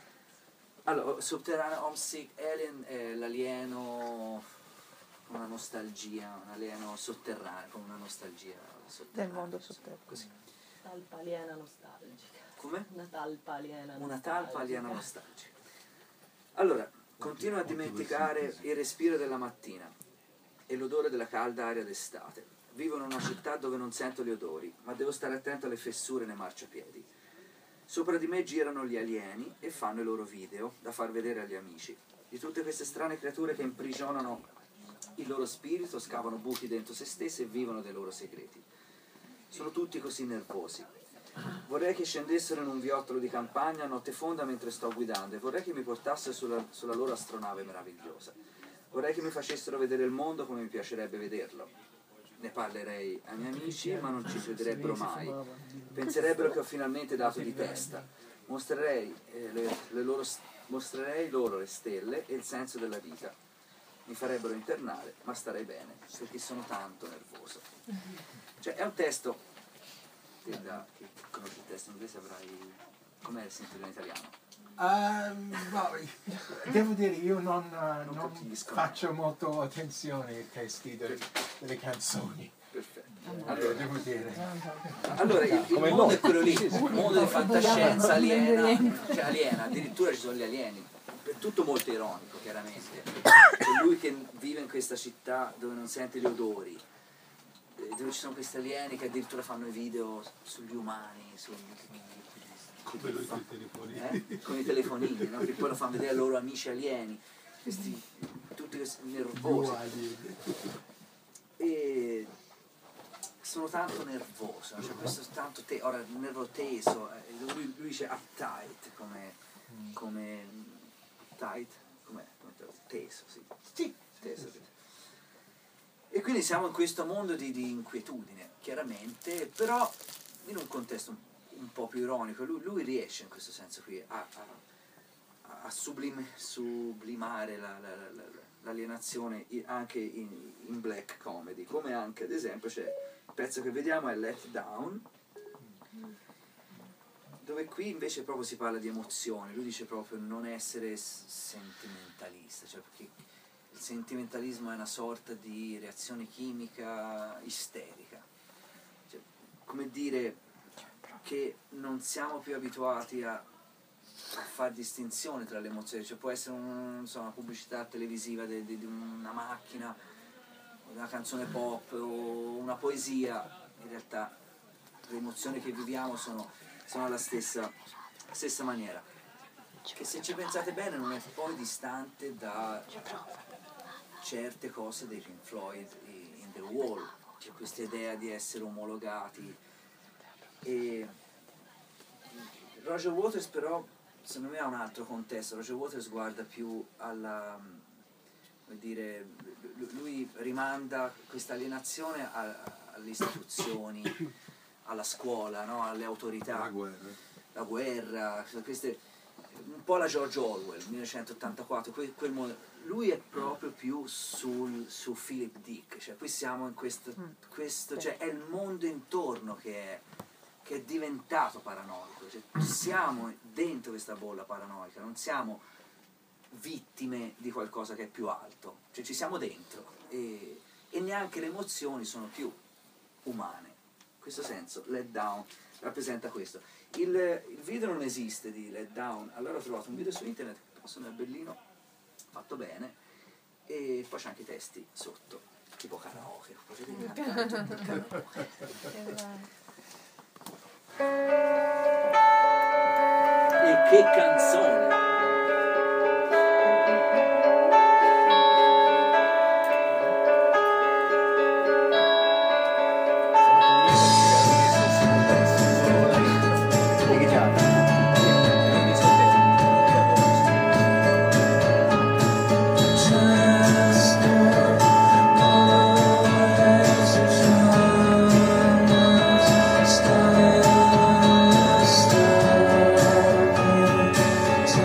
Allora, Subterranean Homesick Alien è l'alieno con una nostalgia, un alieno sotterraneo, con una nostalgia sotterranea. Del mondo sotterraneo. Così. Talpa aliena nostalgica. Come? Una talpa aliena nostalgica. Una talpa aliena nostalgica. Allora, continuo a dimenticare il respiro della mattina e l'odore della calda aria d'estate. Vivo in una città dove non sento gli odori, ma devo stare attento alle fessure nei marciapiedi. Sopra di me girano gli alieni e fanno i loro video da far vedere agli amici. Di tutte queste strane creature che imprigionano il loro spirito, scavano buchi dentro se stessi e vivono dei loro segreti. Sono tutti così nervosi. Vorrei che scendessero in un viottolo di campagna a notte fonda mentre sto guidando e vorrei che mi portassero sulla, sulla loro astronave meravigliosa. Vorrei che mi facessero vedere il mondo come mi piacerebbe vederlo. Ne parlerei ai miei amici, ma non ci crederebbero mai. Penserebbero che ho finalmente dato di testa. Mostrerei, eh, le, le loro, mostrerei loro le stelle e il senso della vita. Mi farebbero internare, ma starei bene, perché sono tanto nervoso. Cioè, è un testo, che, da, che conosci il testo in inglese avrai... Com'è il sentito in italiano? Ehm, no, devo dire, io non, uh, Non non capisco. faccio molto attenzione ai testi de- delle canzoni. Perfetto. Allora, Allora, devo dire. allora il, il Come mondo noi. è quello lì, un mondo di fantascienza aliena, cioè aliena, addirittura ci sono gli alieni. è tutto molto ironico chiaramente. È lui che vive in questa città dove non sente gli odori, eh, dove ci sono questi alieni che addirittura fanno i video sugli umani, sugli, Come noi con i telefonini. eh? Con i telefonini, no? Che poi lo fanno vedere ai loro amici alieni, questi tutti questi nervosi. E sono tanto nervoso, no? Cioè questo tanto te- ora nervo teso, eh, lui, lui dice uptight come, come tight, com'è? Teso, sì. Sì, teso, sì. E quindi siamo in questo mondo di, di inquietudine, chiaramente, però in un contesto un, un po' più ironico. Lui, lui riesce in questo senso qui a, a, a sublim, sublimare la, la, la, l'alienazione anche in, in black comedy, come anche ad esempio c'è il pezzo che vediamo è Let Down, dove qui invece proprio si parla di emozioni. Lui dice proprio non essere sentimentalista, cioè perché il sentimentalismo è una sorta di reazione chimica isterica, cioè, come dire che non siamo più abituati a, a fare distinzione tra le emozioni, cioè può essere un, non so, una pubblicità televisiva di, di, di una macchina, una canzone pop o una poesia, in realtà le emozioni che viviamo sono, sono alla stessa, stessa maniera, che se ci pensate bene non è poi distante da certe cose dei Pink Floyd in The Wall, c'è questa idea di essere omologati. E Roger Waters però secondo me ha un altro contesto. Roger Waters guarda più alla, come dire, lui rimanda questa alienazione a, alle istituzioni, alla scuola, no? Alle autorità, La guerra. la guerra, queste, un po' la George Orwell, millenovecentottantaquattro, quel, quel modo. Lui è proprio più sul, su Philip Dick, cioè qui siamo in questo, questo cioè è il mondo intorno che è, che è diventato paranoico, cioè siamo dentro questa bolla paranoica, non siamo vittime di qualcosa che è più alto, cioè ci siamo dentro e, e neanche le emozioni sono più umane. In questo senso Let Down rappresenta questo. Il, il video non esiste di Let Down, allora ho trovato un video su internet che insomma è bellino, fatto bene, e poi c'è anche i testi sotto, tipo karaoke, potete cantare tutto il karaoke. E che canzone! Stop.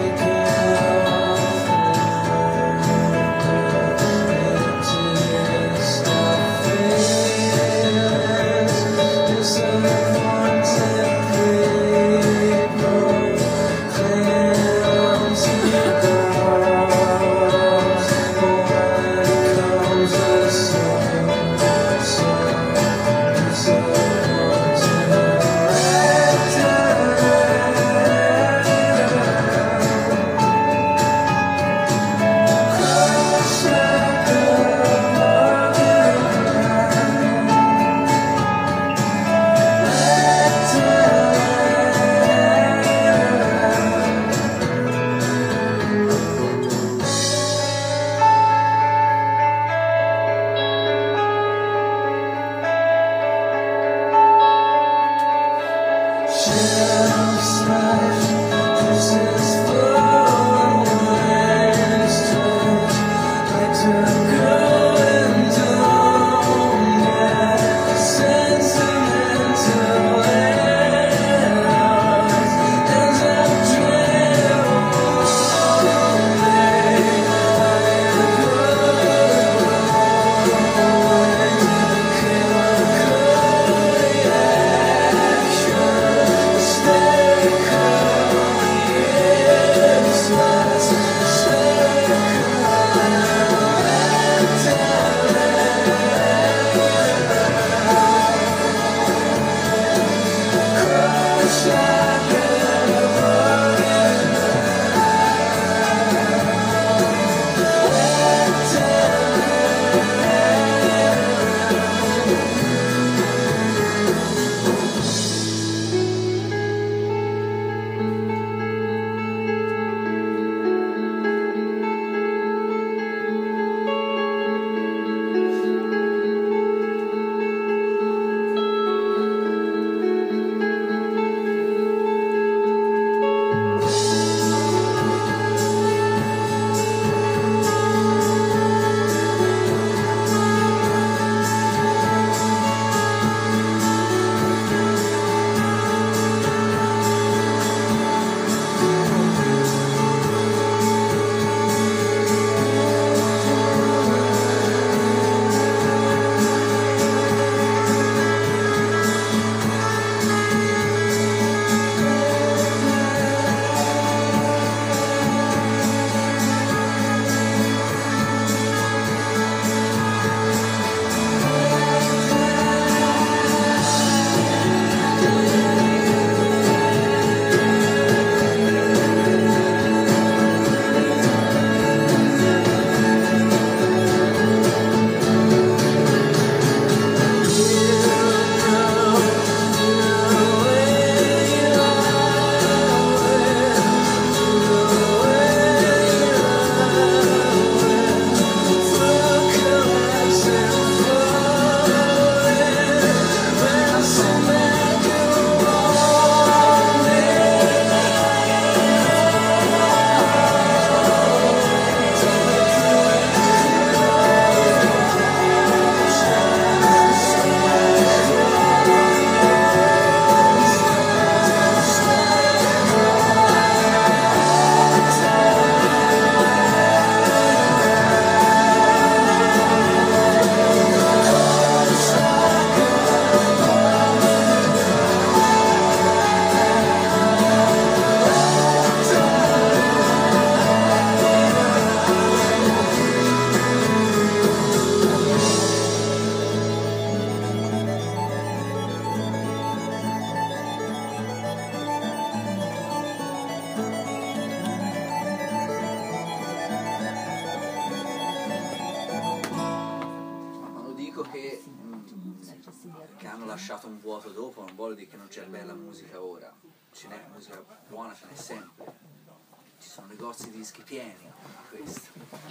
che hanno lasciato un vuoto dopo non vuol dire che non c'è bella musica ora, ce n'è musica buona, ce n'è sempre, ci sono negozi di dischi pieni di questo.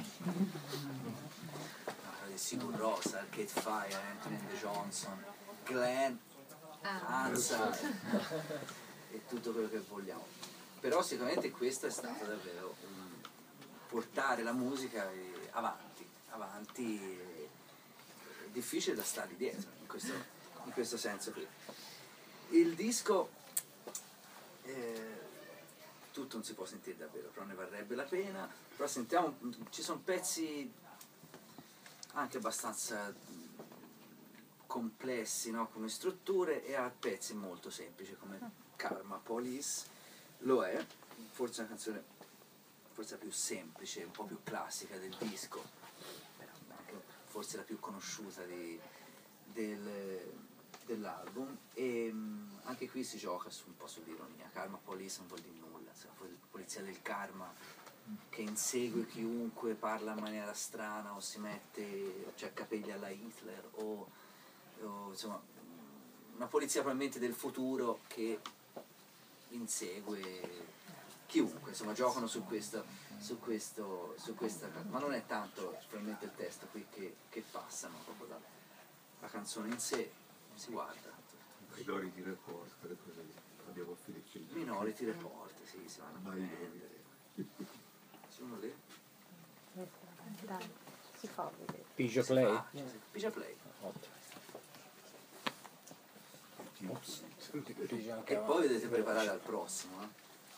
Sigur Rós, Arcade Fire, Anthony and the Johnson, Glenn, Hansa e tutto quello che vogliamo. Però sicuramente questo è stato davvero um, portare la musica eh, avanti, avanti, eh, è difficile da stare dietro in questo, in questo senso qui. Il disco, eh, tutto non si può sentire davvero, però ne varrebbe la pena, però sentiamo, ci sono pezzi anche abbastanza complessi, no? Come strutture, e ha pezzi molto semplici come Karma Police, lo è, forse una canzone forse la più semplice, un po' più classica del disco, anche forse la più conosciuta di, del, dell'album, e um, anche qui si gioca su, un po' sull'ironia. Karma Police non vuol dire nulla, cioè, polizia del karma che insegue chiunque parla in maniera strana o si mette, cioè, capelli alla Hitler o, o insomma una polizia probabilmente del futuro che insegue chiunque, insomma giocano su questo, su questo, su questa, ma non è tanto probabilmente il testo qui che, che passa, ma proprio la, la canzone in sé, si guarda. Minority Report, quelle cose lì. Abbiamo finito il Minority Report, sì, si vanno a Minority. prendere. Sono lì. Dai, si fa vedere. Pigia Play? Ah, sì, Pigia Play. Ottimo. E poi vedete preparare al prossimo, eh?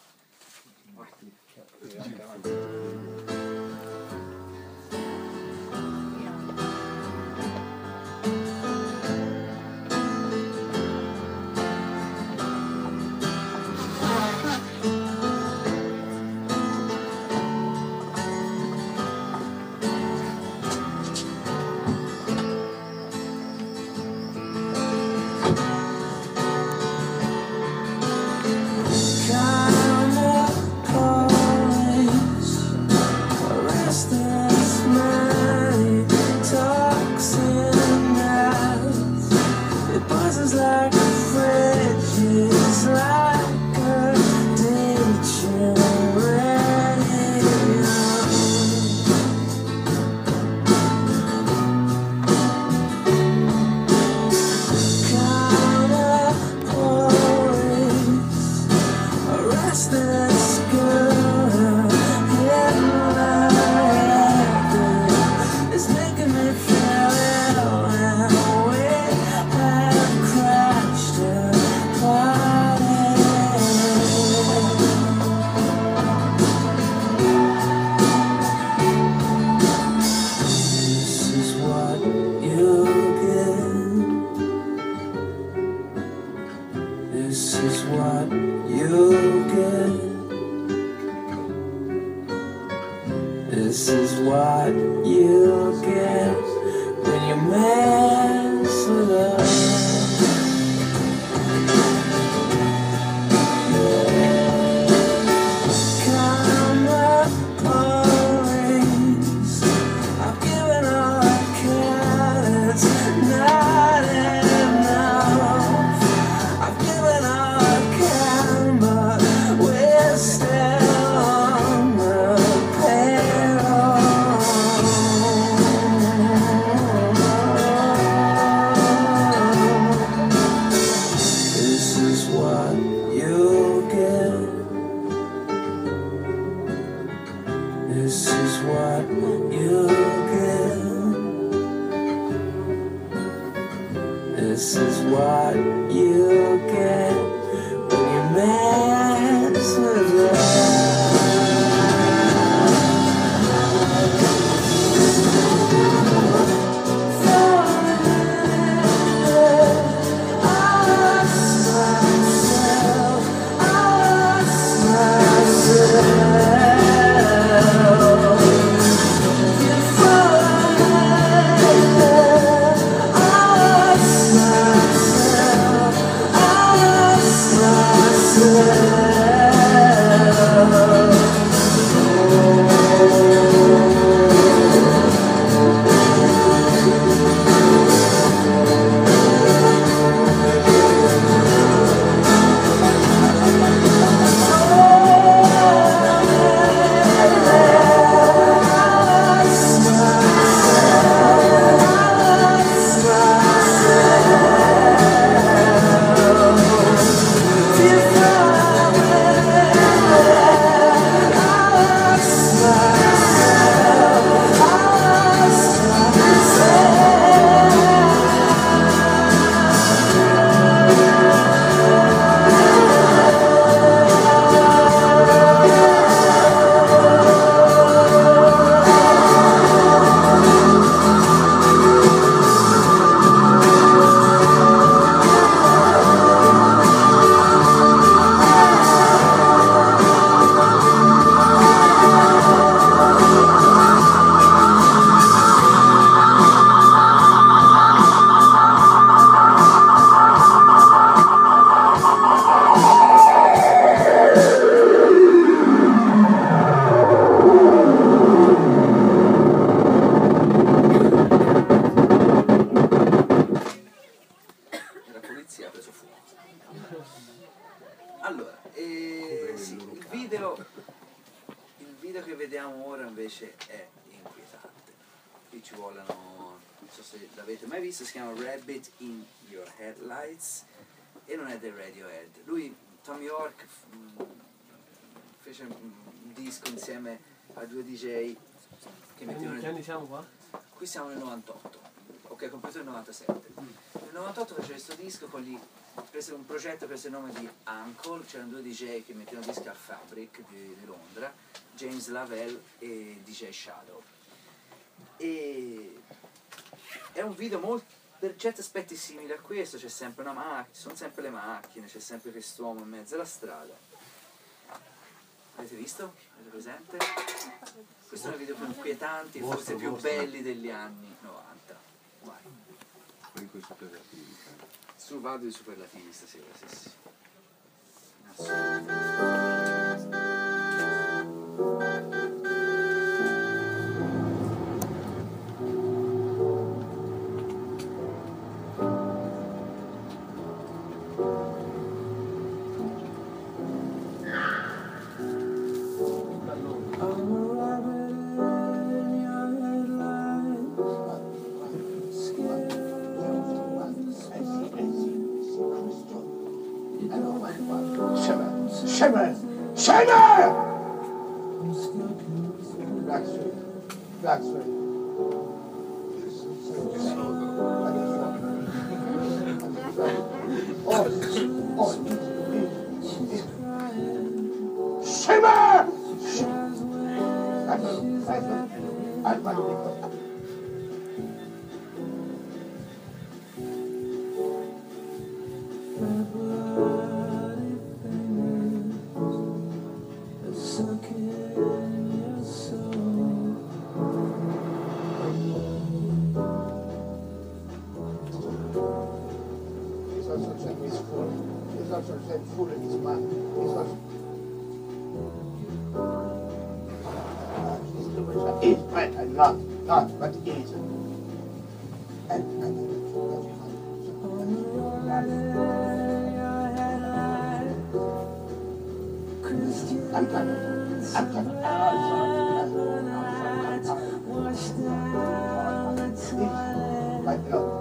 This is what you get when you mess with us. Come up, police. I've given all I can. It's not enough. I've given all I can, but we're still on the This is what you get. This is what you get. This is what you get when you mess with love. I video, il video che vediamo ora invece è inquietante. Qui ci vogliono, non so se l'avete mai visto, si chiama Rabbit in Your Headlights e non è del Radiohead. Lui, Tom York, mh, fece un disco insieme a due D J che mettevano... Che anni siamo qua? Qui siamo nel novantotto, ok, compreso nel novantasette. Nel novantotto fece questo disco con gli... prese un progetto, prese il nome di Uncle, c'erano due D J che mettevano dischi al Fabric di, di Londra, James Lavelle e D J Shadow. E è un video molto, per certi aspetti simile a questo, c'è sempre una macchina, ci sono sempre le macchine, c'è sempre quest'uomo in mezzo alla strada. Avete visto? Avete presente? Questo è uno dei video più inquietanti e forse più belli degli anni novanta. Vai. Poi con i superlativi. Su vado di superlativi stasera, sì sì. Assolutamente. Shimmer! Shimmer! Blackstreet. Blackstreet. Oh, oh, Shimmer! Full of his man. He's also is right and not, not, but is. And, and, I'm coming. I'm coming. Right now.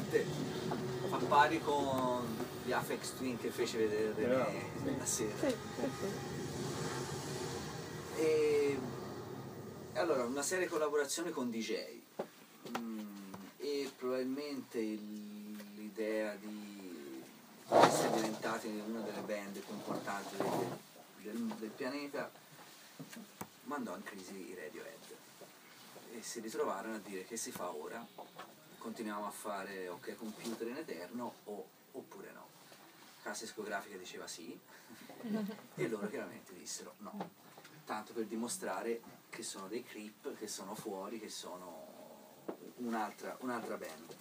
notte fa pari con gli Aphex Twin che fece vedere René la sera. Sì, sì, sì. E allora una serie di collaborazioni con D J mm, e probabilmente il- l'idea di essere diventati una delle band più importanti del, del, del pianeta mandò in crisi i Radiohead e si ritrovarono a dire che si fa ora, continuiamo a fare OK Computer in eterno o, oppure no. Casa discografica diceva sì e loro chiaramente dissero no, tanto per dimostrare che sono dei creep, che sono fuori, che sono un'altra, un'altra band.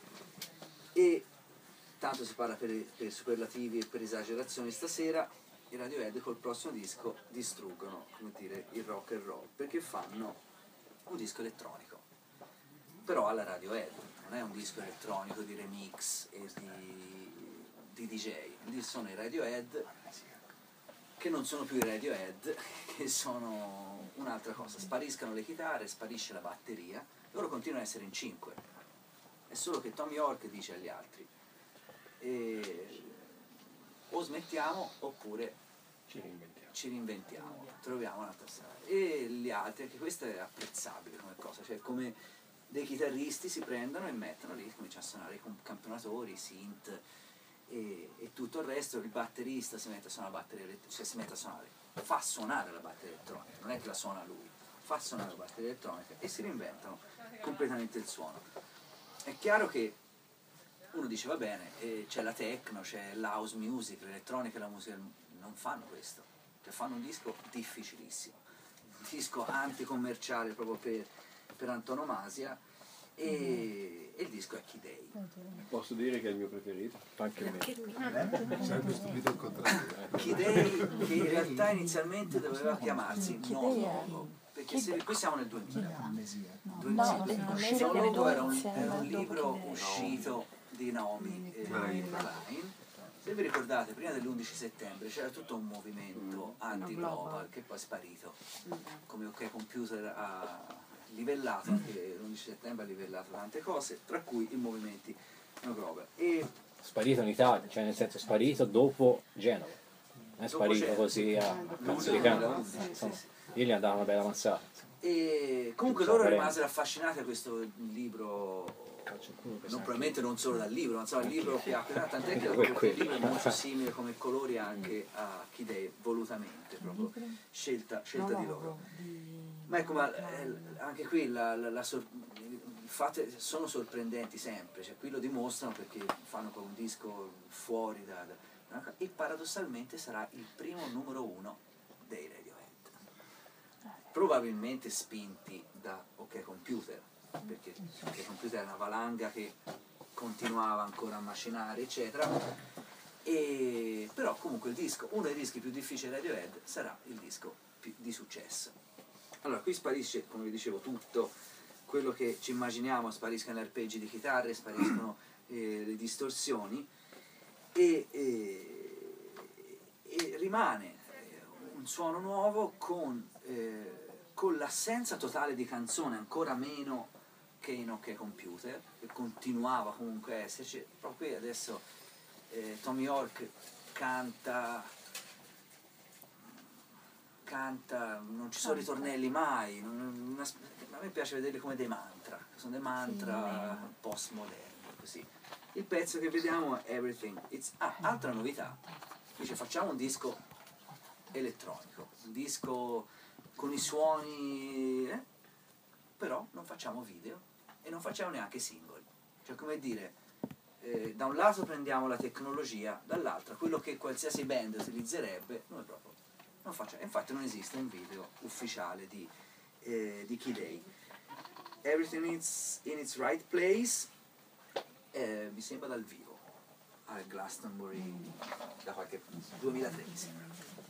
E tanto si parla per, per superlativi e per esagerazioni stasera, i Radiohead col prossimo disco distruggono, come dire, il rock and roll, perché fanno un disco elettronico, però alla Radiohead, non è un disco elettronico di remix e di, di D J, sono i Radiohead che non sono più i Radiohead, che sono un'altra cosa, spariscono le chitarre, sparisce la batteria, loro continuano ad essere in cinque, è solo che Tom York dice agli altri e o smettiamo oppure Ci reinventiamo. ci reinventiamo, troviamo un'altra strada. E gli altri, anche questo è apprezzabile come cosa, cioè come dei chitarristi si prendono e mettono lì, cominciano a suonare i campionatori, i synth e, e tutto il resto, il batterista si mette a suonare la batteria elettronica, cioè si mette a suonare, fa suonare la batteria elettronica, non è che la suona lui, fa suonare la batteria elettronica e si reinventano completamente il suono. È chiaro che uno dice va bene, eh, c'è la techno, c'è l'house music, l'elettronica e la musica, non fanno questo, cioè fanno un disco difficilissimo, un disco anticommerciale proprio per, per antonomasia e, e il disco è Key Day. Posso dire che è il mio preferito? Anche me. Sempre stupito il contrario. Key Day che in realtà inizialmente doveva chiamarsi No Logo, perché se, qui siamo nel duemila. duemila. No Logo era un, era un libro uscito di Naomi eh, Klein. Se vi ricordate, prima dell'undici settembre c'era tutto un movimento anti-global che poi è sparito, come OK Computer ha livellato, anche l'undici settembre ha livellato tante cose, tra cui i movimenti no global. E Sparito in Italia, cioè nel senso sparito dopo Genova. Non è Dopo sparito Genova. così a cazzo di cane. Insomma, io gli andavo una bella mazzata. E comunque loro rimasero affascinati da questo libro, non, probabilmente non solo dal libro, ma insomma il libro piacque, tant'è che il libro è molto simile come colori anche a Key Day, volutamente, proprio scelta, scelta di loro. Ma ecco, ma eh, anche qui la, la, la sor- il fatto è, sono sorprendenti sempre, cioè qui lo dimostrano perché fanno un disco fuori da, da e paradossalmente sarà il primo numero uno dei Radiohead, probabilmente spinti da OK Computer, perché OK Computer è una valanga che continuava ancora a macinare eccetera, e però comunque il disco, uno dei dischi più difficili di Radiohead sarà il disco più di successo. Allora qui sparisce, come vi dicevo, tutto quello che ci immaginiamo, spariscono gli arpeggi di chitarre, spariscono eh, le distorsioni e, e, e rimane un suono nuovo con, eh, con l'assenza totale di canzone, ancora meno che in OK Computer, che continuava comunque a esserci. Proprio qui adesso eh, Tom York canta, canta, non ci sono ritornelli mai, non, una, a me piace vederli come dei mantra, sono dei mantra postmoderni, così. Il pezzo che vediamo è Everything It's... Ah, altra novità, dice facciamo un disco elettronico, un disco con i suoni, eh? Però non facciamo video e non facciamo neanche singoli, cioè come dire, eh, da un lato prendiamo la tecnologia, dall'altro quello che qualsiasi band utilizzerebbe, noi proprio non facciamo, infatti non esiste un video ufficiale di, eh, di Key Day. Everything is in its right place, eh, mi sembra dal vivo al Glastonbury da qualche duemilatré mi sembra.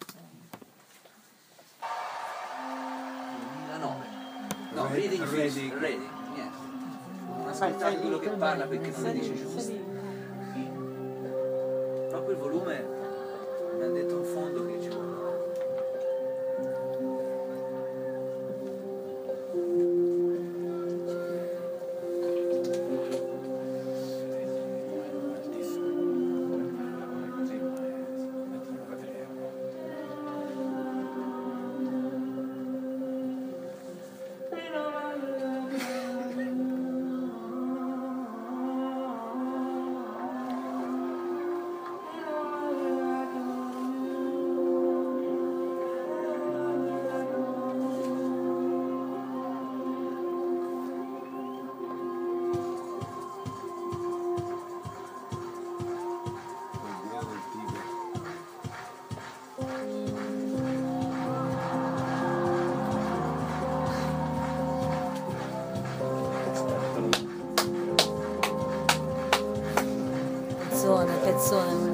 duemilanove. No, Reading Reading, Reading, niente. Non ascoltate quello che parla perché non lo dice giusto. Proprio il volume mi ha detto in fondo che ci vuole. pezzone.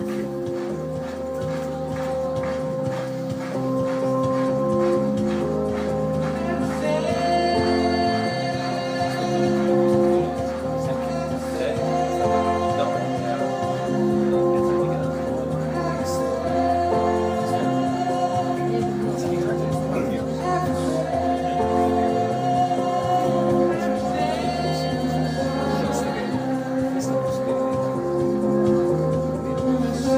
Thank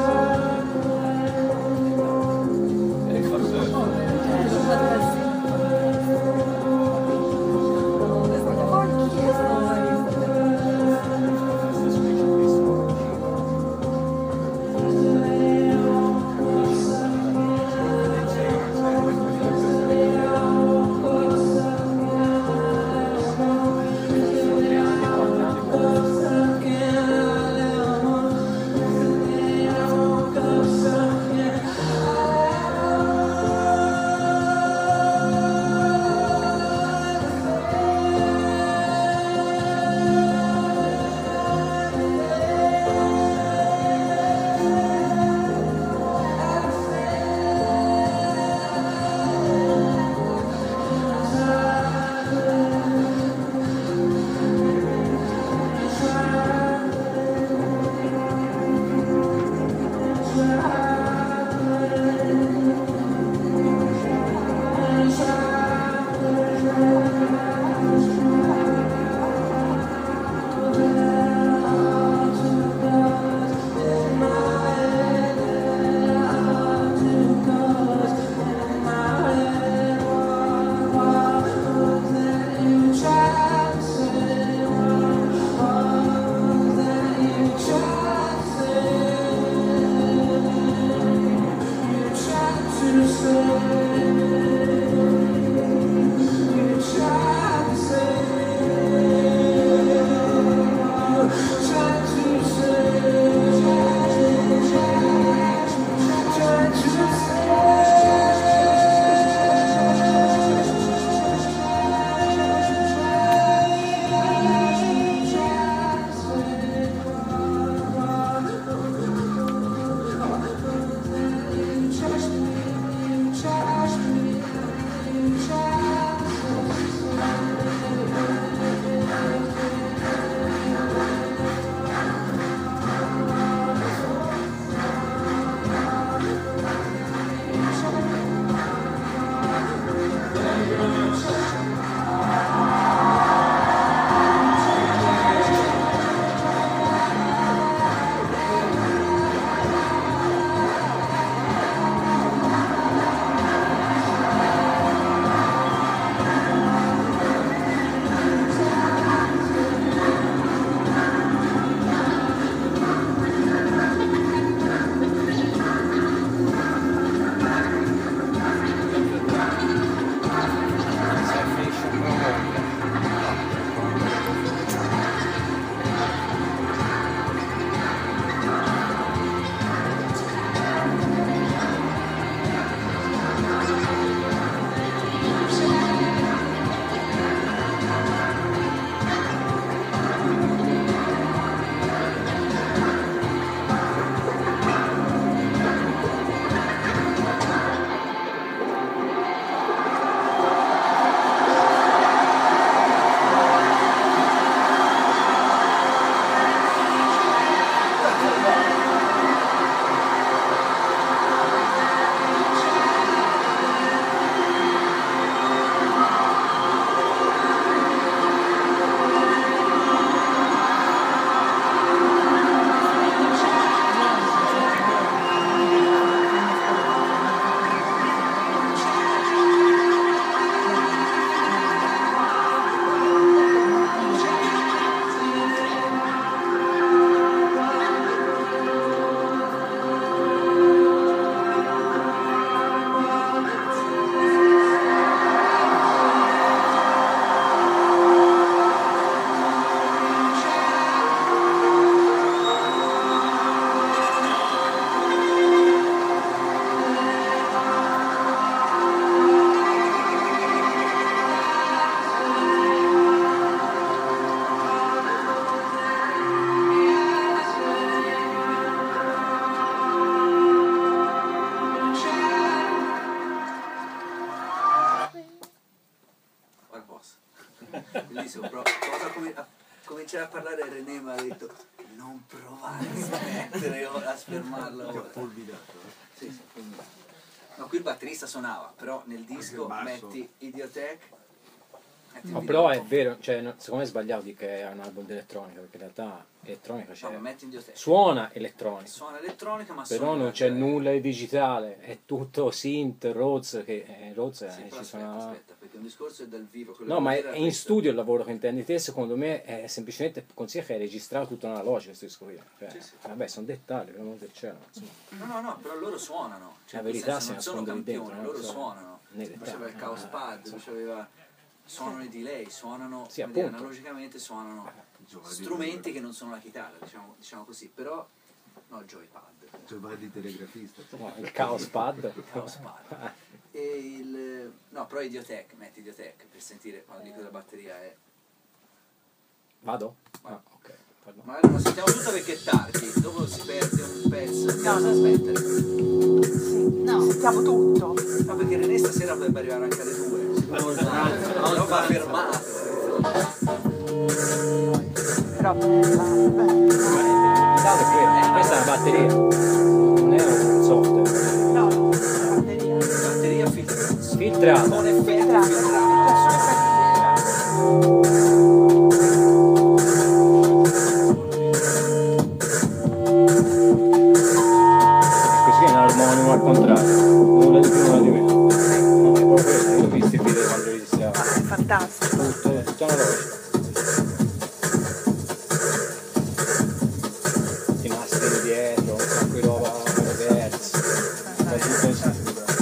pro- cosa come, a, cominciai a parlare e René mi ha detto non provare a smettere ora, a fermarla Ti ha ora. fulminato. eh. Sì, sì, fulminato. No, qui il batterista suonava, però nel disco Anche il basso. metti Idiotech. metti No, il però è video- vero, cioè, no, secondo me è sbagliato di che è un album di elettronica, perché in realtà elettronica No, c'è. ma metti Idiotech. Suona elettronica, Suona elettronica, ma però suona non c'è radio. nulla di digitale, è tutto synth, Rhodes, che eh, Rhodes eh, Sì, però ci aspetta, suona. aspetta, perché un discorso è dal vivo. quello No, che ma vuol è, dire è in questo. studio il lavoro che intendi te, secondo me è semplicemente, considera che hai registrato tutto analogico questo disco qui. Cioè, Sì, sì. vabbè, sono dettagli, per l'amor del cielo. Insomma. No, no, no, però loro suonano. Cioè, La nel verità senso, si non sono nasconde lì campioni, dentro, no? loro Cioè, suonano. nei Poi dettagli. c'aveva il Chaos Pad, poi c'aveva... suonano i delay, suonano Sì, come dire, appunto. analogicamente, suonano Giovanni strumenti che non sono la chitarra, diciamo, diciamo così, però no, il joypad, Giovanni telegrafista. No, il Chaos Pad. il Chaos Pad. E il no, però Idiotech, metti Idiotech per sentire quando dico la batteria è. Vado? Ah, ok. Pardon. Magari non sentiamo tutto perché è tardi, dopo si perde un pezzo, dobbiamo no. smettere. Sì, no. Sentiamo tutto. No, perché René stasera potrebbe arrivare anche alle due. Però va fermato. Però bella, bella. Guardate qui, eh, questa è una batteria, non è un software. No, no, batteria. Batteria filtrata. Filtrata. Con effetti Filtrata, filtrati. Così è un armonico al contrario, nulla di più, nulla di meno. No, è proprio quello, io ho visto i video quando registravo. È fantastico. Tutto, tutto analogico. I nastri dietro, un sacco di roba reverse. Fa tutto insieme.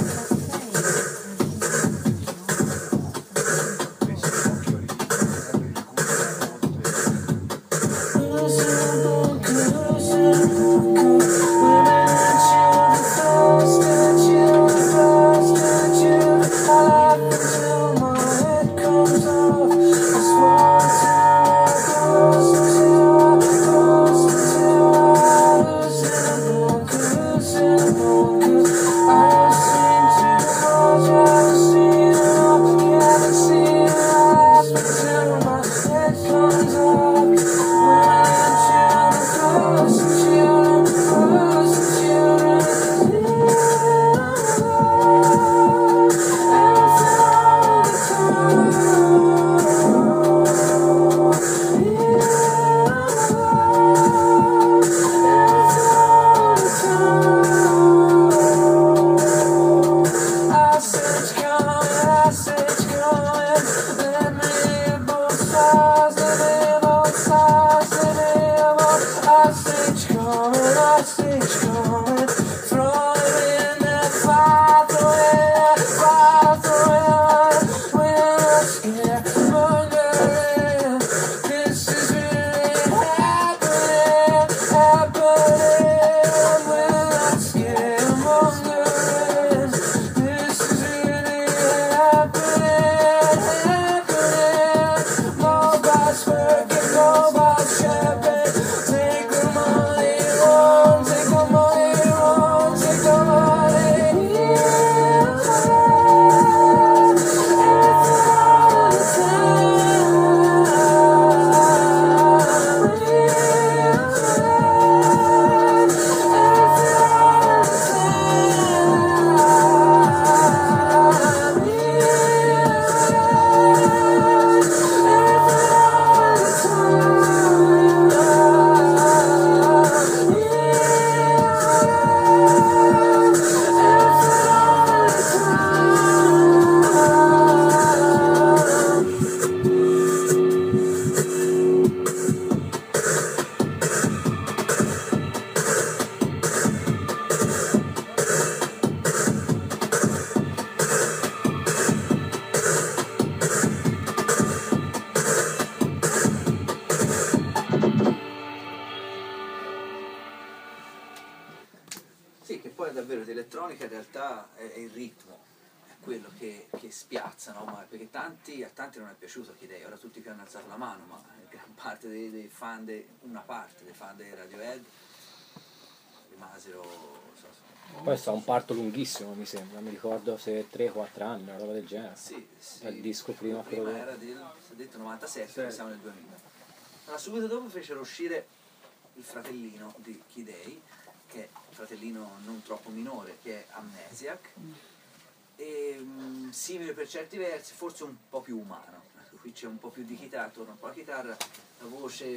Sì, che poi davvero di elettronica in realtà è, è il ritmo, è quello che, che spiazza, no? Ma perché tanti, a tanti non è piaciuto Kid A, ora tutti più hanno alzato la mano, ma gran parte dei, dei fan, de, una parte dei fan dei Radiohead rimasero so, so, Poi è stato un parto lunghissimo, mi sembra, mi ricordo se tre quattro anni, una roba del genere. sì, sì, Il disco prima, prima quello- era del si è detto novantasette, Sì. siamo nel duemila. Allora, subito dopo fecero uscire il fratellino di Kid A, che è un fratellino non troppo minore, che è Amnesiac, e mm, simile per certi versi, forse un po' più umano. Qui c'è un po' più di chitarra, torna un po' la chitarra, la voce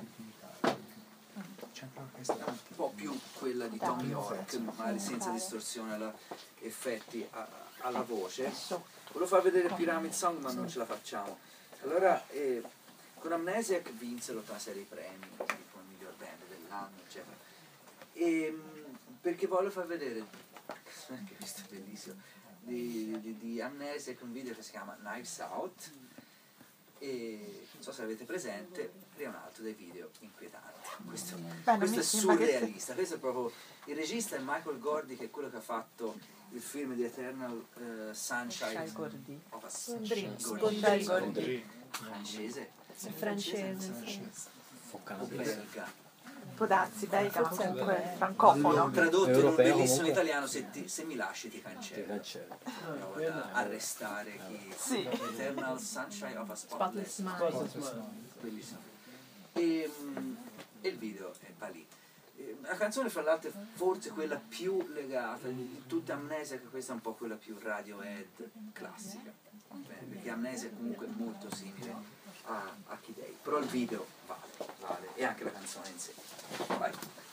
C'è anche l'orchestra. è un po' più quella di Tom York, magari senza distorsione alla, effetti a- alla voce. Volevo far vedere Pyramid Song, ma non ce la facciamo. Allora, eh, con Amnesiac vinsero tutta una serie di premi, tipo il miglior band dell'anno, eccetera. E, mh, perché voglio far vedere, anche questo è bellissimo, di, di, di Amnesiac, un video che si chiama Knives Out, e non so se avete presente, è un altro dei video inquietanti. Questo, Beh, questo mi è sembra che surrealista, questo è proprio il regista è Michael Gordy, che è quello che ha fatto il film di Eternal eh, Sunshine Gordy. of a Gondry. Gordy. Gondry. Francese? È francese, sì. O belga? Può darsi, belga, ma Forse comunque è- francofono. Tradotto in un Europeo, bellissimo comunque. italiano, se, ti- se mi lasci ti Ti cancello. cancello. Provo ad arrestare chi Sì. Eternal Sunshine of a Spotless Spotless Mind. Bellissimo. E, mm, e il video è Balì. Eh, La canzone, fra l'altro, è forse quella più legata di tutte Amnesia, che questa è un po' quella più Radiohead classica. Bene, perché Amnesia è comunque molto simile a, a Kid A. Però il video vale, vale, e anche la canzone in sé. Vai.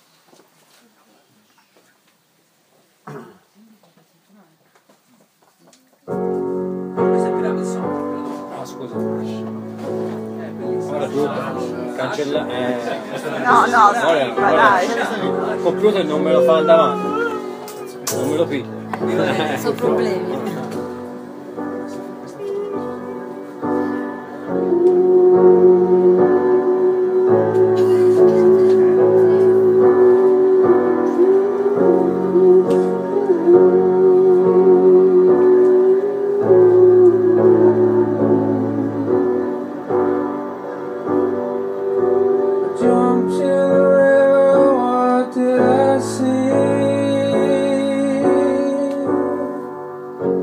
Questo è Pyramid Song. Ah, scusa. È bellissimo. Ora tu cancella. Eh. No, no, Ora- sì, ma ora- dai. Il computer non me lo fa andare avanti. Non me lo piglia. Sono problemi. Jumped in the river, what did I see?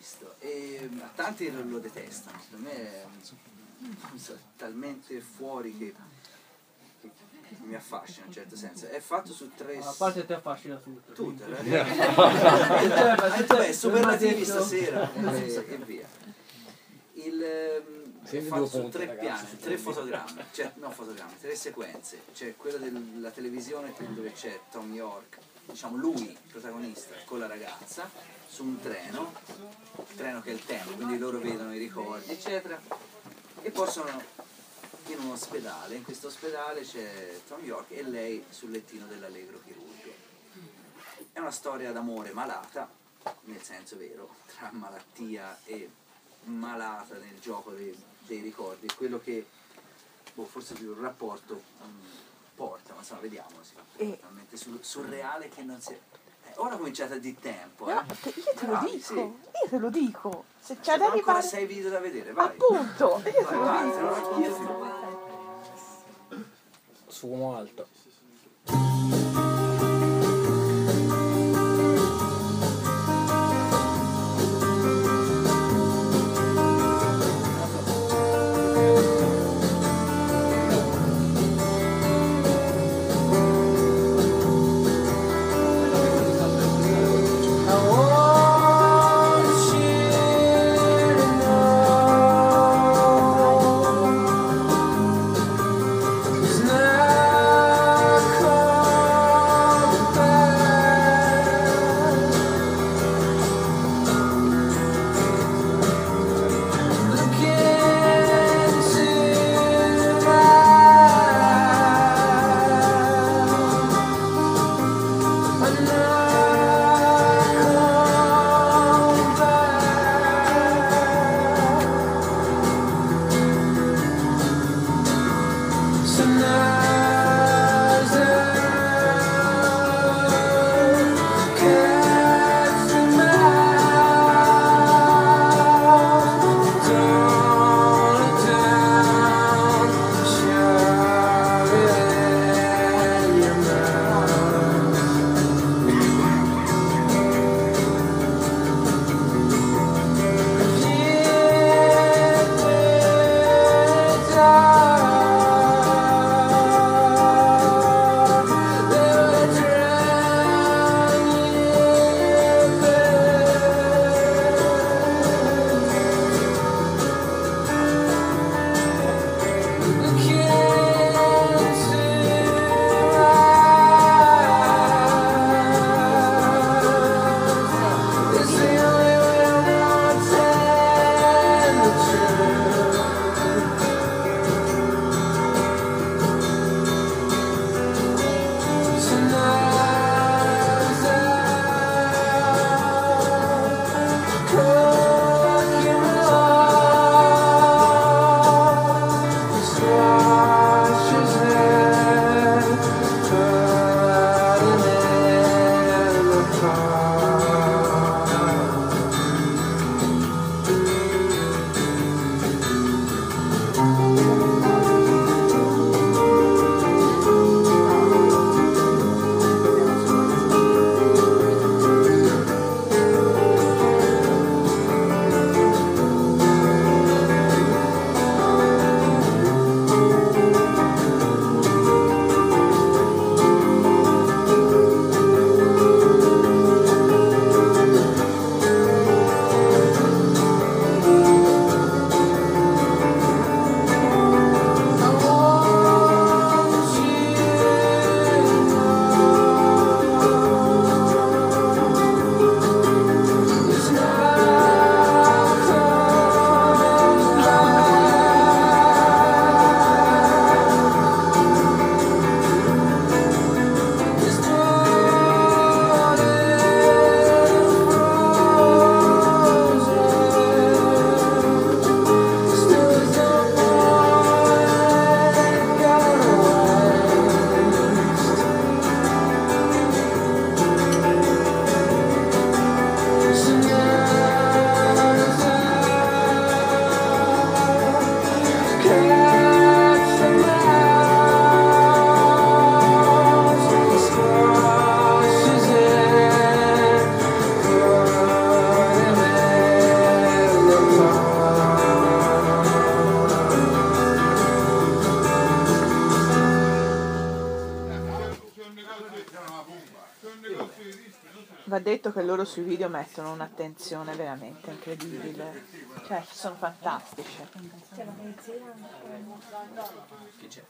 visto e a tanti lo, lo detestano, per me è non so, talmente fuori che, che mi affascina in un certo senso. È fatto su tre... A parte te affascina tutto. Tutto, quindi. eh? Beh, superlativi stasera e, e via. Il, ehm, è Senti fatto due su punti, tre ragazzi. piani, tre fotogrammi, cioè no fotogrammi, tre sequenze. C'è quella della televisione dove c'è Tom York, diciamo lui, il protagonista, con la ragazza, su un treno, il treno che è il tempo, quindi loro vedono i ricordi, eccetera, e poi sono in un ospedale, in questo ospedale c'è Tom York e lei sul lettino dell'allegro chirurgo. È una storia d'amore malata, nel senso vero, tra malattia e malata nel gioco dei, dei ricordi, quello che boh, forse più il rapporto um, porta, ma insomma vediamo, si fa E- talmente sul- surreale che non si è... eh, ora cominciate di tempo, eh. No, te- io te lo Bravi, dico, sì. io te lo dico. Se Ci c'è da sono ancora arrivare... sei video da vedere, vai. Appunto, io te Vai, lo vai, te lo dico. racconto più. Suono alto. detto che loro sui video mettono un'attenzione veramente incredibile. Cioè, sono fantastici. Chi c'è?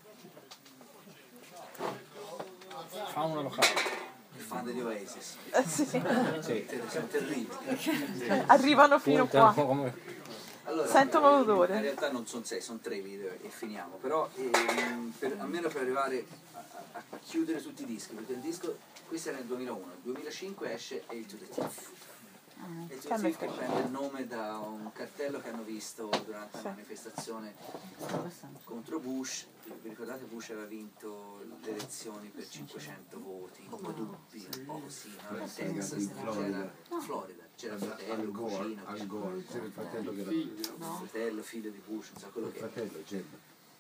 Fa una locale. Il fan degli Oasis. Eh, sì. Sì. Sono terribili. Arrivano fino Puntano qua. come... Allora, Sentono eh, l'odore. In realtà non sono sei, sono tre video e finiamo. Però ehm, per, almeno per arrivare a, a, a chiudere tutti i dischi, perché il disco, questo era nel duemilauno, nel duemilacinque esce Hail to the Thief. Hail to the Thief che prende il nome da un cartello che hanno visto durante la manifestazione contro Bush. Vi ricordate Bush aveva vinto le elezioni per cinquecento voti, un po' dubbi, un po' così, no? In Texas, c'era Florida, c'era il fratello, il cugino, Al Gore, c'era il fratello che era il fratello, figlio di Bush, non so quello il che è. fratello, gente.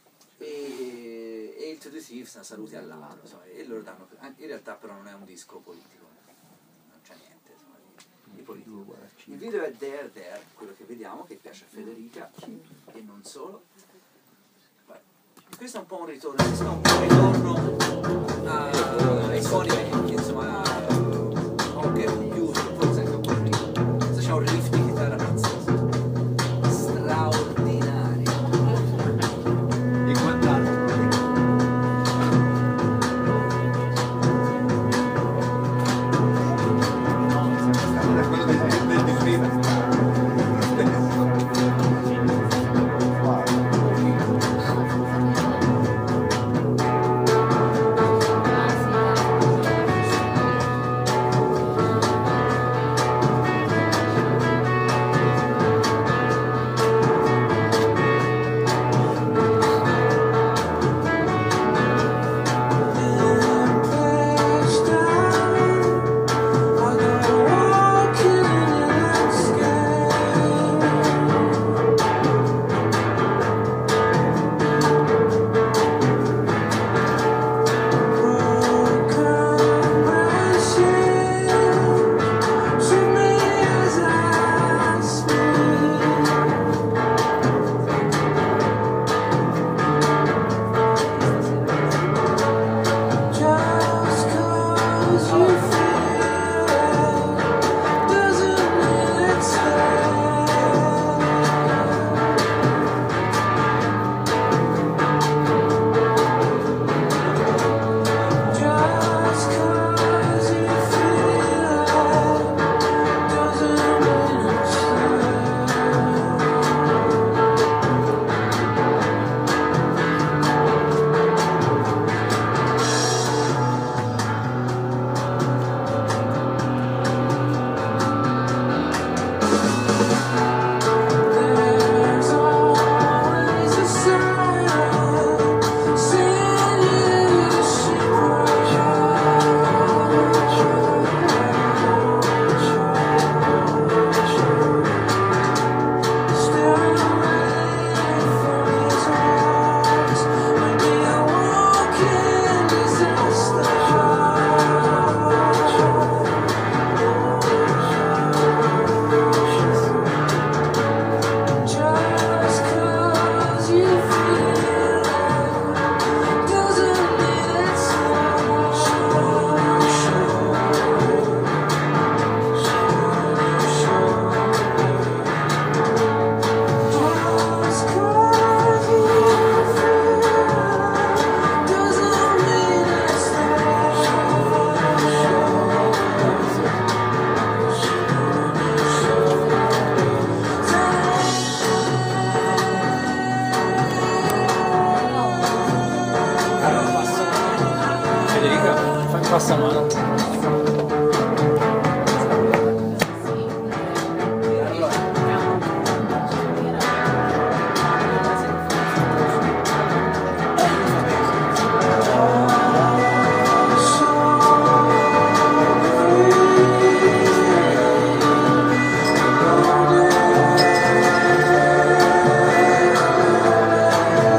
E Hail to the Thieves, una saluti all'altro, insomma, e loro danno, in realtà però non è un disco politico, non c'è niente insomma, di, di politico. Il video è There There, quello che vediamo, che piace a Federica e non solo. Questo è un po' un ritorno, questo è un po' un ritorno a- ai suoni vecchi, insomma, ok, computer, forse anche un po' prima. Questo c'è un riff di chitarra pazzesco, straordinario. E guardate. Era quello del, del di prima. passa mano.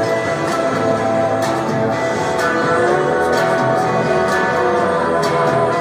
Oh,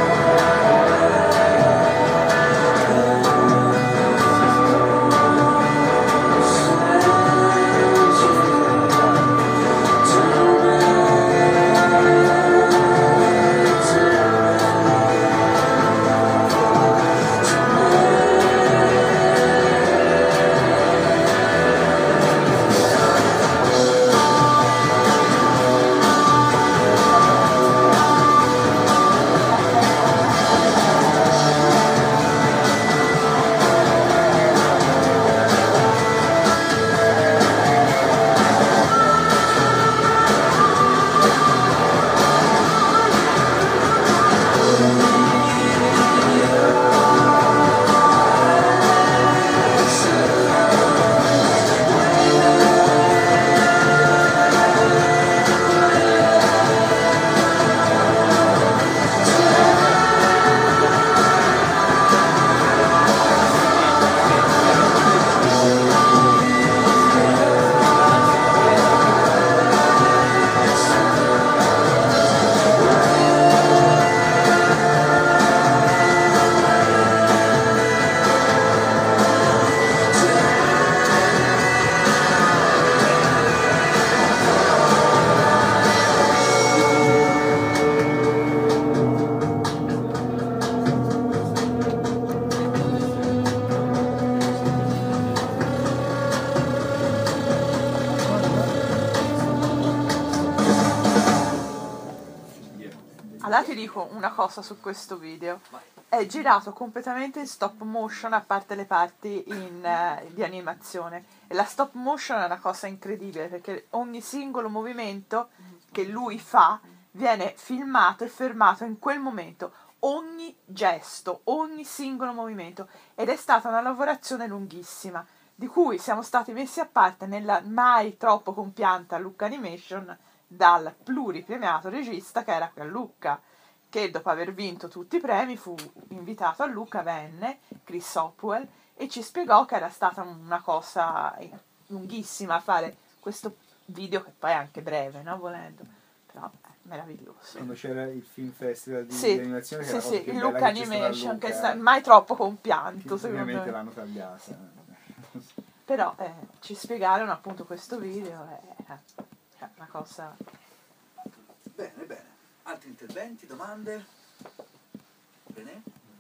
Allora ti dico una cosa su questo video. È girato completamente in stop motion, a parte le parti in, eh, di animazione. E la stop motion è una cosa incredibile, perché ogni singolo movimento che lui fa viene filmato e fermato in quel momento. Ogni gesto, ogni singolo movimento. Ed è stata una lavorazione lunghissima, di cui siamo stati messi a parte nella mai troppo compianta Lucca Animation dal pluripremiato regista che era qui a Lucca, che dopo aver vinto tutti i premi fu invitato a Lucca, venne Chris Hopwell e ci spiegò che era stata una cosa lunghissima fare questo video, che poi è anche breve, no, volendo, però è meraviglioso. Quando c'era il film festival di, Sì, di animazione, che sì, era la cosa sì, più il bella Lucca che c'è stata a Animation, Lucca, che è mai troppo compianto, che secondo ovviamente me. l'hanno tagliata. Però eh, ci spiegarono appunto questo video, è, è una cosa... Bene, bene. Altri interventi, domande? Bene?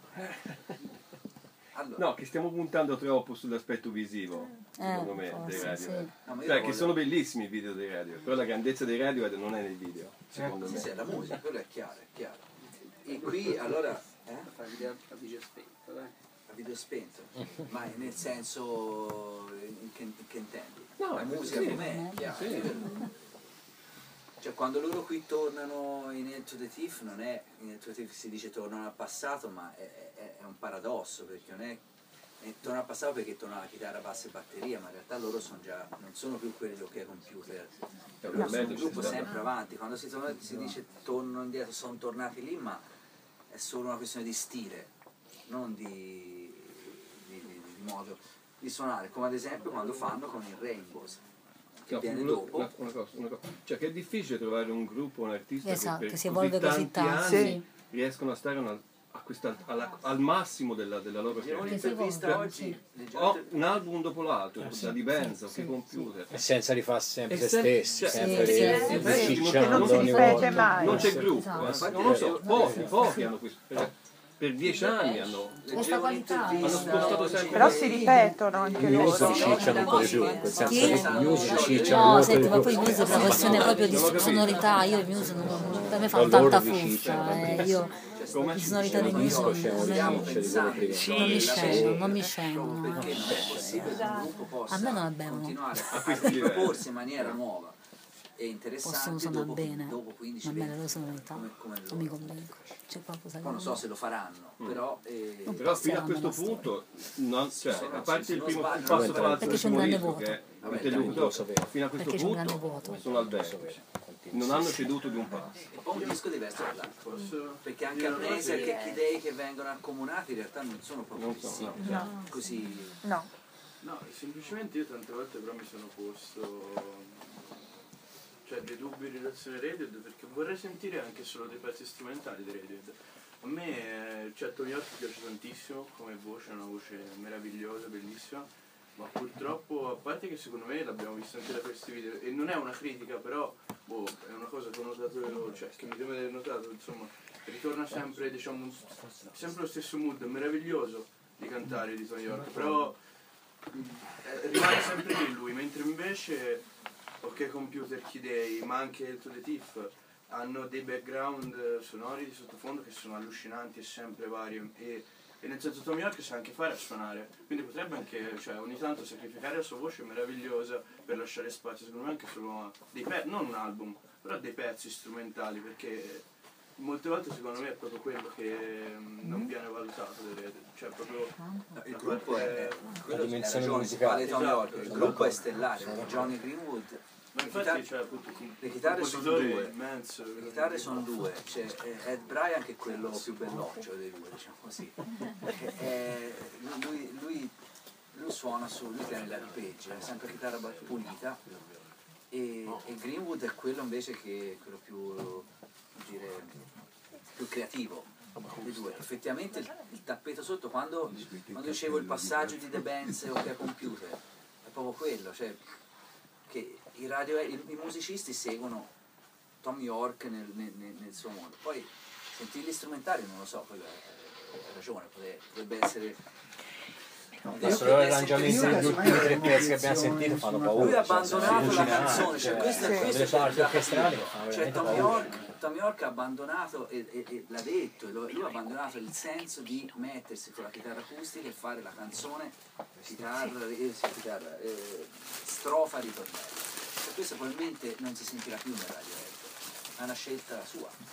Allora. No, che stiamo puntando troppo sull'aspetto visivo, secondo Eh, me, forse, dei radio. sì. No, ma io Cioè, che voglio- sono bellissimi i video dei radio, però la grandezza dei radio non è nei video, secondo Sì, me. sì, la musica, quello è chiaro, è chiaro. E qui allora eh? Fa video a video spento, dai. a video spento, ma nel senso in che, in che intendi? No, la musica sì, per me è chiaro. sì. Cioè quando loro qui tornano in Into the Thief, non è in Into the Thief si dice tornano al passato, ma è, è, è un paradosso, perché non è eh, tornano al passato perché torna la chitarra, bassa e batteria, ma in realtà loro sono già non sono più quelli che è computer, per sono me un ci gruppo sta. sempre avanti. Quando si, torna, si dice tornano indietro, sono tornati lì, ma è solo una questione di stile, non di, di, di, di modo di suonare, come ad esempio quando fanno con il Rainbows, che No, viene una, dopo. una- una cosa, una cosa. Cioè che è difficile trovare un gruppo, un artista Esatto, che per che si evolve così tanti tanto. anni Sì. riescono a stare una- a questa- alla- al massimo della, della loro Leggevo creatività. un'intervista evolve, oggi, sì. leggevo O un'inter- un album dopo l'altro, sì, da Divenza, sì, che sì, computer. E senza rifarsi sempre E se sem- stessi, cioè, sempre sì, ri- sì, sì, che non ricicciando si ogni ripete volta. mai. Non c'è Sì. gruppo, Esatto. eh. non lo so, pochi, pochi hanno questo. Per, per dieci anni hanno, Questa qualità. hanno spostato sempre. Però si ripetono anche Gli loro. usi cicciano un po' di più, nel senso Chi? che gli usi cicciano No, molto senti, di ma poi più. i Muse per una questione proprio di Non ho capito. sonorità, io i Muse non, per me fanno No, loro tanta vi fuffa, cicciano, eh, io Come? di sonorità di Il Muse disco non, scemo di non, ciccia di quello prima. non mi scendono, non mi proprio scendono. no. perché non è possibile che un gruppo possa A me non abbiamo. continuare a, questi a livelli. proporsi in maniera nuova e interessante Possono suonare dopo, bene, dopo quindici ma a me la venti loro sonorità come, come non mi loro. convinco. C'è qualcosa che Poi non so se lo faranno, Mm. però eh, Non Però fino a passeranno questo la punto, non, cioè, Sono- a parte se il, non primo, il sbaglio- passo falso Perché del c'è un grande umorismo, vuoto. che è Vabbè, intelligibilità, dai, fino a questo Perché c'è un punto grande vuoto. sono al vertice. Non hanno ceduto di un passo. è poi un disco diverso dall'altro, perché anche Amnesia e che Kid A che vengono accomunati in realtà non sono proprio Non so, simili, no. No. così No. No, semplicemente io tante volte però mi sono posto cioè dei dubbi in relazione a Radiohead, perché vorrei sentire anche solo dei pezzi strumentali di Radiohead. A me, cioè, Tony York piace tantissimo come voce, è una voce meravigliosa, bellissima, ma purtroppo, a parte che secondo me l'abbiamo visto anche da questi video, e non è una critica, però boh, è una cosa che ho notato, cioè che mi sembra di aver notato, insomma, ritorna sempre, diciamo, un- sempre lo stesso mood meraviglioso di cantare di Tony York, però eh, rimane sempre lì lui, mentre invece ok Computer, Kid A, ma anche Into the Thief hanno dei background eh, sonori di sottofondo che sono allucinanti e sempre vari, e, e nel senso Tom York sa anche fare a suonare, quindi potrebbe anche, cioè, ogni tanto sacrificare la sua voce meravigliosa per lasciare spazio secondo me anche solo a dei pezzi, non un album, però dei pezzi strumentali, perché molte volte secondo me è proprio quello che mm, non viene valutato, cioè proprio il gruppo è, La quello è dimensione ragione, musicale. quale Tom Esatto, York, il esatto. gruppo è stellare, perché Johnny Greenwood, ma le infatti chitarre, cioè, appunto, un le chitarre sono compositore due, immenso, le chitarre sono due, c'è eh, Ed Bryan che è quello più belloccio dei due, diciamo così. Eh, lui, lui, lui suona su, lui tiene l'arpeggio, è sempre chitarra ba- pulita, e, e Greenwood è quello invece che è quello più, dire, più creativo dei due. Effettivamente il, il tappeto sotto, quando, quando dicevo il passaggio di The Benz o che Computer, è proprio quello, cioè che i, radio, i, i musicisti seguono Tom York nel, nel, nel suo mondo. Poi sentire gli strumentali non lo so, poi hai ragione, potrebbe, potrebbe essere Ma solo gli arrangiamenti degli ultimi tre pezzi che abbiamo sentito fanno paura. Lui ha cioè, abbandonato sono la canzone, cioè allucinanti, questo cioè, è questo delle è parti orchestrali che fanno cioè veramente Tom paura. York, Tom York ha abbandonato e, e- e l'ha detto, lo- lui ha abbandonato il senso di mettersi con la chitarra acustica e fare la canzone chitarra, eh, sì, chitarra eh, strofa ritornello. E questo probabilmente non si sentirà più nella Radiohead, è una scelta sua.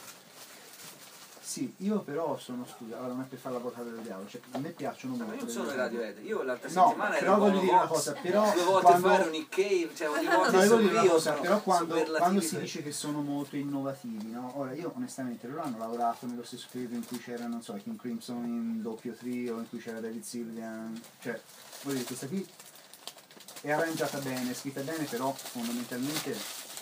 Sì, io però sono, scusa, allora non è per fare l'avvocato del diavolo, cioè a me piacciono Ma molto. io non sono le i Radiohead, io l'altra No, settimana però ero voglio Bono dire una Vox, cosa, però due volte quando- fare un Nick Cave, cioè ogni volta No, io voglio dire una io cosa, sono però quando, superlativi quando si per- dice che sono molto innovativi, no? Ora io onestamente loro hanno lavorato nello stesso periodo in cui c'era, non so, King Crimson in doppio trio, in cui c'era David Sylvian, cioè, voglio dire, questa qui è arrangiata bene, è scritta bene, però fondamentalmente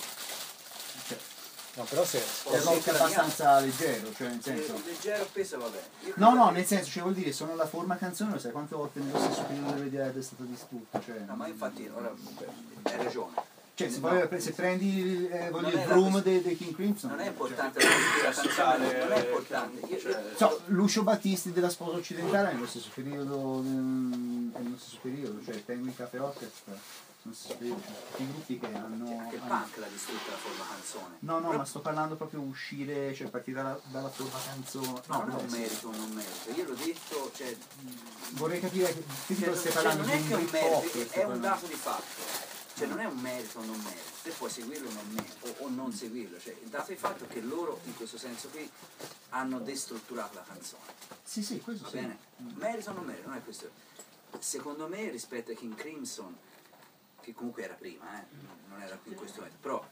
cioè, No, però se... è rock abbastanza leggero, cioè nel senso... Eh, leggero peso va bene. Io No, credo no, che- nel senso, cioè vuol dire, sono la forma canzone, lo sai quante volte nello stesso periodo delle Radiohead è stato distrutto, cioè... No, ma infatti, ora, hai ragione. Cioè, se, No. poi, se prendi eh, voglio Non dire, è il la Broom quest- dei, dei King Crimson... Non è cioè, importante la cultura canzone, non è importante. Io, io- so, Lucio Battisti della Sposa Occidentale è nello stesso periodo, ehm, è nello stesso periodo, cioè Penguin Cafe Orchestra, nello stesso periodo, cioè, tutti i gruppi che hanno... anche il hanno- punk l'ha distrutta la forma canzone. No, no, Però- ma sto parlando proprio uscire, cioè partire dalla, dalla forma canzone... No, non è un adesso- merito, non merito. Io l'ho detto, cioè, Vorrei capire che che cioè, cosa stai cioè, parlando non è di che è un un Britpop, merito, stai è un parlando. dato di fatto. Cioè non è un merito o non merito, te puoi seguirlo o non, me- o, o non seguirlo, cioè il dato di fatto è che loro in questo senso qui hanno destrutturato la canzone. Sì, sì, questo Va sì. bene? Merito o non merito, non è questo. Secondo me rispetto a King Crimson, che comunque era prima, eh, non era qui in questo momento, però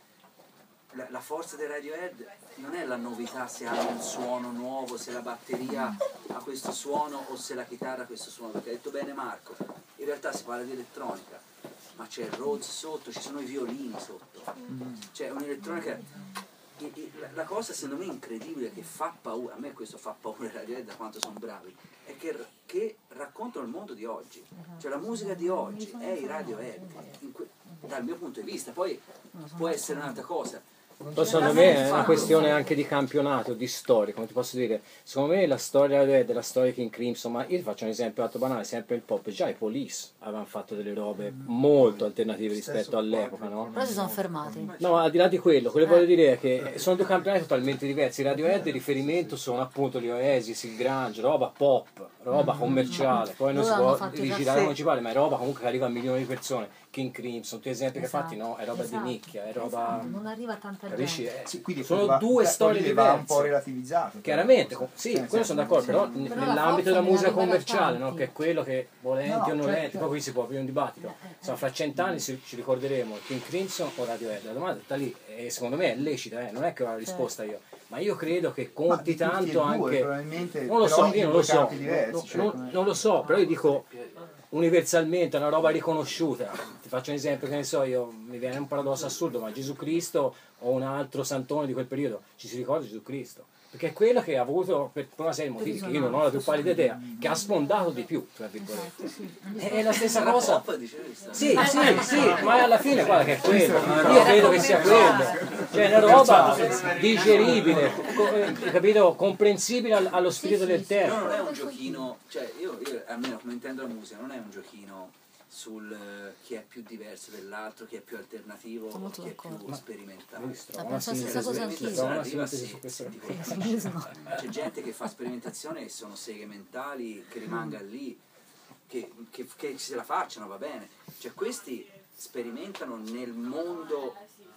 la, la forza del Radiohead non è la novità se hanno un suono nuovo, se la batteria ha questo suono o se la chitarra ha questo suono, perché ha detto bene Marco, in realtà si parla di elettronica, ma c'è il Rhodes sotto, ci sono i violini sotto, c'è un'elettronica. i- i- la- La cosa secondo me incredibile che fa paura, a me questo fa paura i Radiohead da quanto sono bravi, è che, r- che raccontano il mondo di oggi, cioè la musica di oggi è i Radiohead, in que- dal mio punto di vista, poi può essere un'altra cosa. Però secondo me è una questione anche di campionato, di storia, come ti posso dire. Secondo me la storia de- della storia King Crimson, ma io ti faccio un esempio altro banale, sempre il pop, già i Police avevano fatto delle robe molto alternative rispetto all'epoca, no? Però si sono fermati. No, al di là di quello, quello che voglio dire è che sono due campionati totalmente diversi. I Radiohead di riferimento sono appunto gli Oasis, il grunge, roba pop, roba commerciale, poi non si Loro hanno può fatto il rigirare rap- la municipale, ma è roba comunque che arriva a milioni di persone. King Crimson, tutti gli esempi Esatto, che hai fatti, no, è roba esatto, di nicchia, è roba... esatto, non arriva tanta Capisci? gente. Eh, Sì, quindi sono va- due va- storie va un po' diverse. relativizzato. Chiaramente, com- sì, Cioè, quello sono d'accordo, però n- Però la nell'ambito forza della deve musica arrivare a commerciale, no, tanti. che è quello che volenti No, no, o non certo, volenti, certo. poi qui si può aprire un dibattito. Insomma, fra cent'anni ci, ci ricorderemo King Crimson o Radiohead. La domanda sta lì e secondo me è lecita, eh, non è che ho la risposta io, ma io credo che Ma conti di tutti e tanto due, anche... probabilmente, Non lo però so, in io non due lo so, campi diversi, non, cioè, non- come- non lo so, però io dico universalmente è una roba riconosciuta. Ti faccio un esempio, che ne so io, mi viene un paradosso assurdo, ma Gesù Cristo o un altro santone di quel periodo ci si ricorda di Gesù Cristo, perché è quello che ha avuto per una serie di motivi che io non ho la più pallida idea, che ha sfondato di più, tra virgolette. È la stessa cosa. Pop, dicevi, sta- Sì, sì, sì, ma alla fine guarda che è quello, io credo che sia quello, cioè è una roba digeribile, co- eh, capito, comprensibile al- allo spirito del Però non tempo. è un giochino, cioè io, io almeno come intendo la musica, non è un giochino sul eh, chi è più diverso dell'altro, chi è più alternativo, Sono molto chi è più d'accordo. sperimentale. Visto, La una penso la stessa sintesi, cosa anch'io. trovo una Arriva sintesi se- su questo. se ti Sì, benissimo. C'è gente che fa sperimentazione e sono seghe mentali, che rimanga lì, che, che, che se la facciano, va bene. Cioè questi sperimentano nel mondo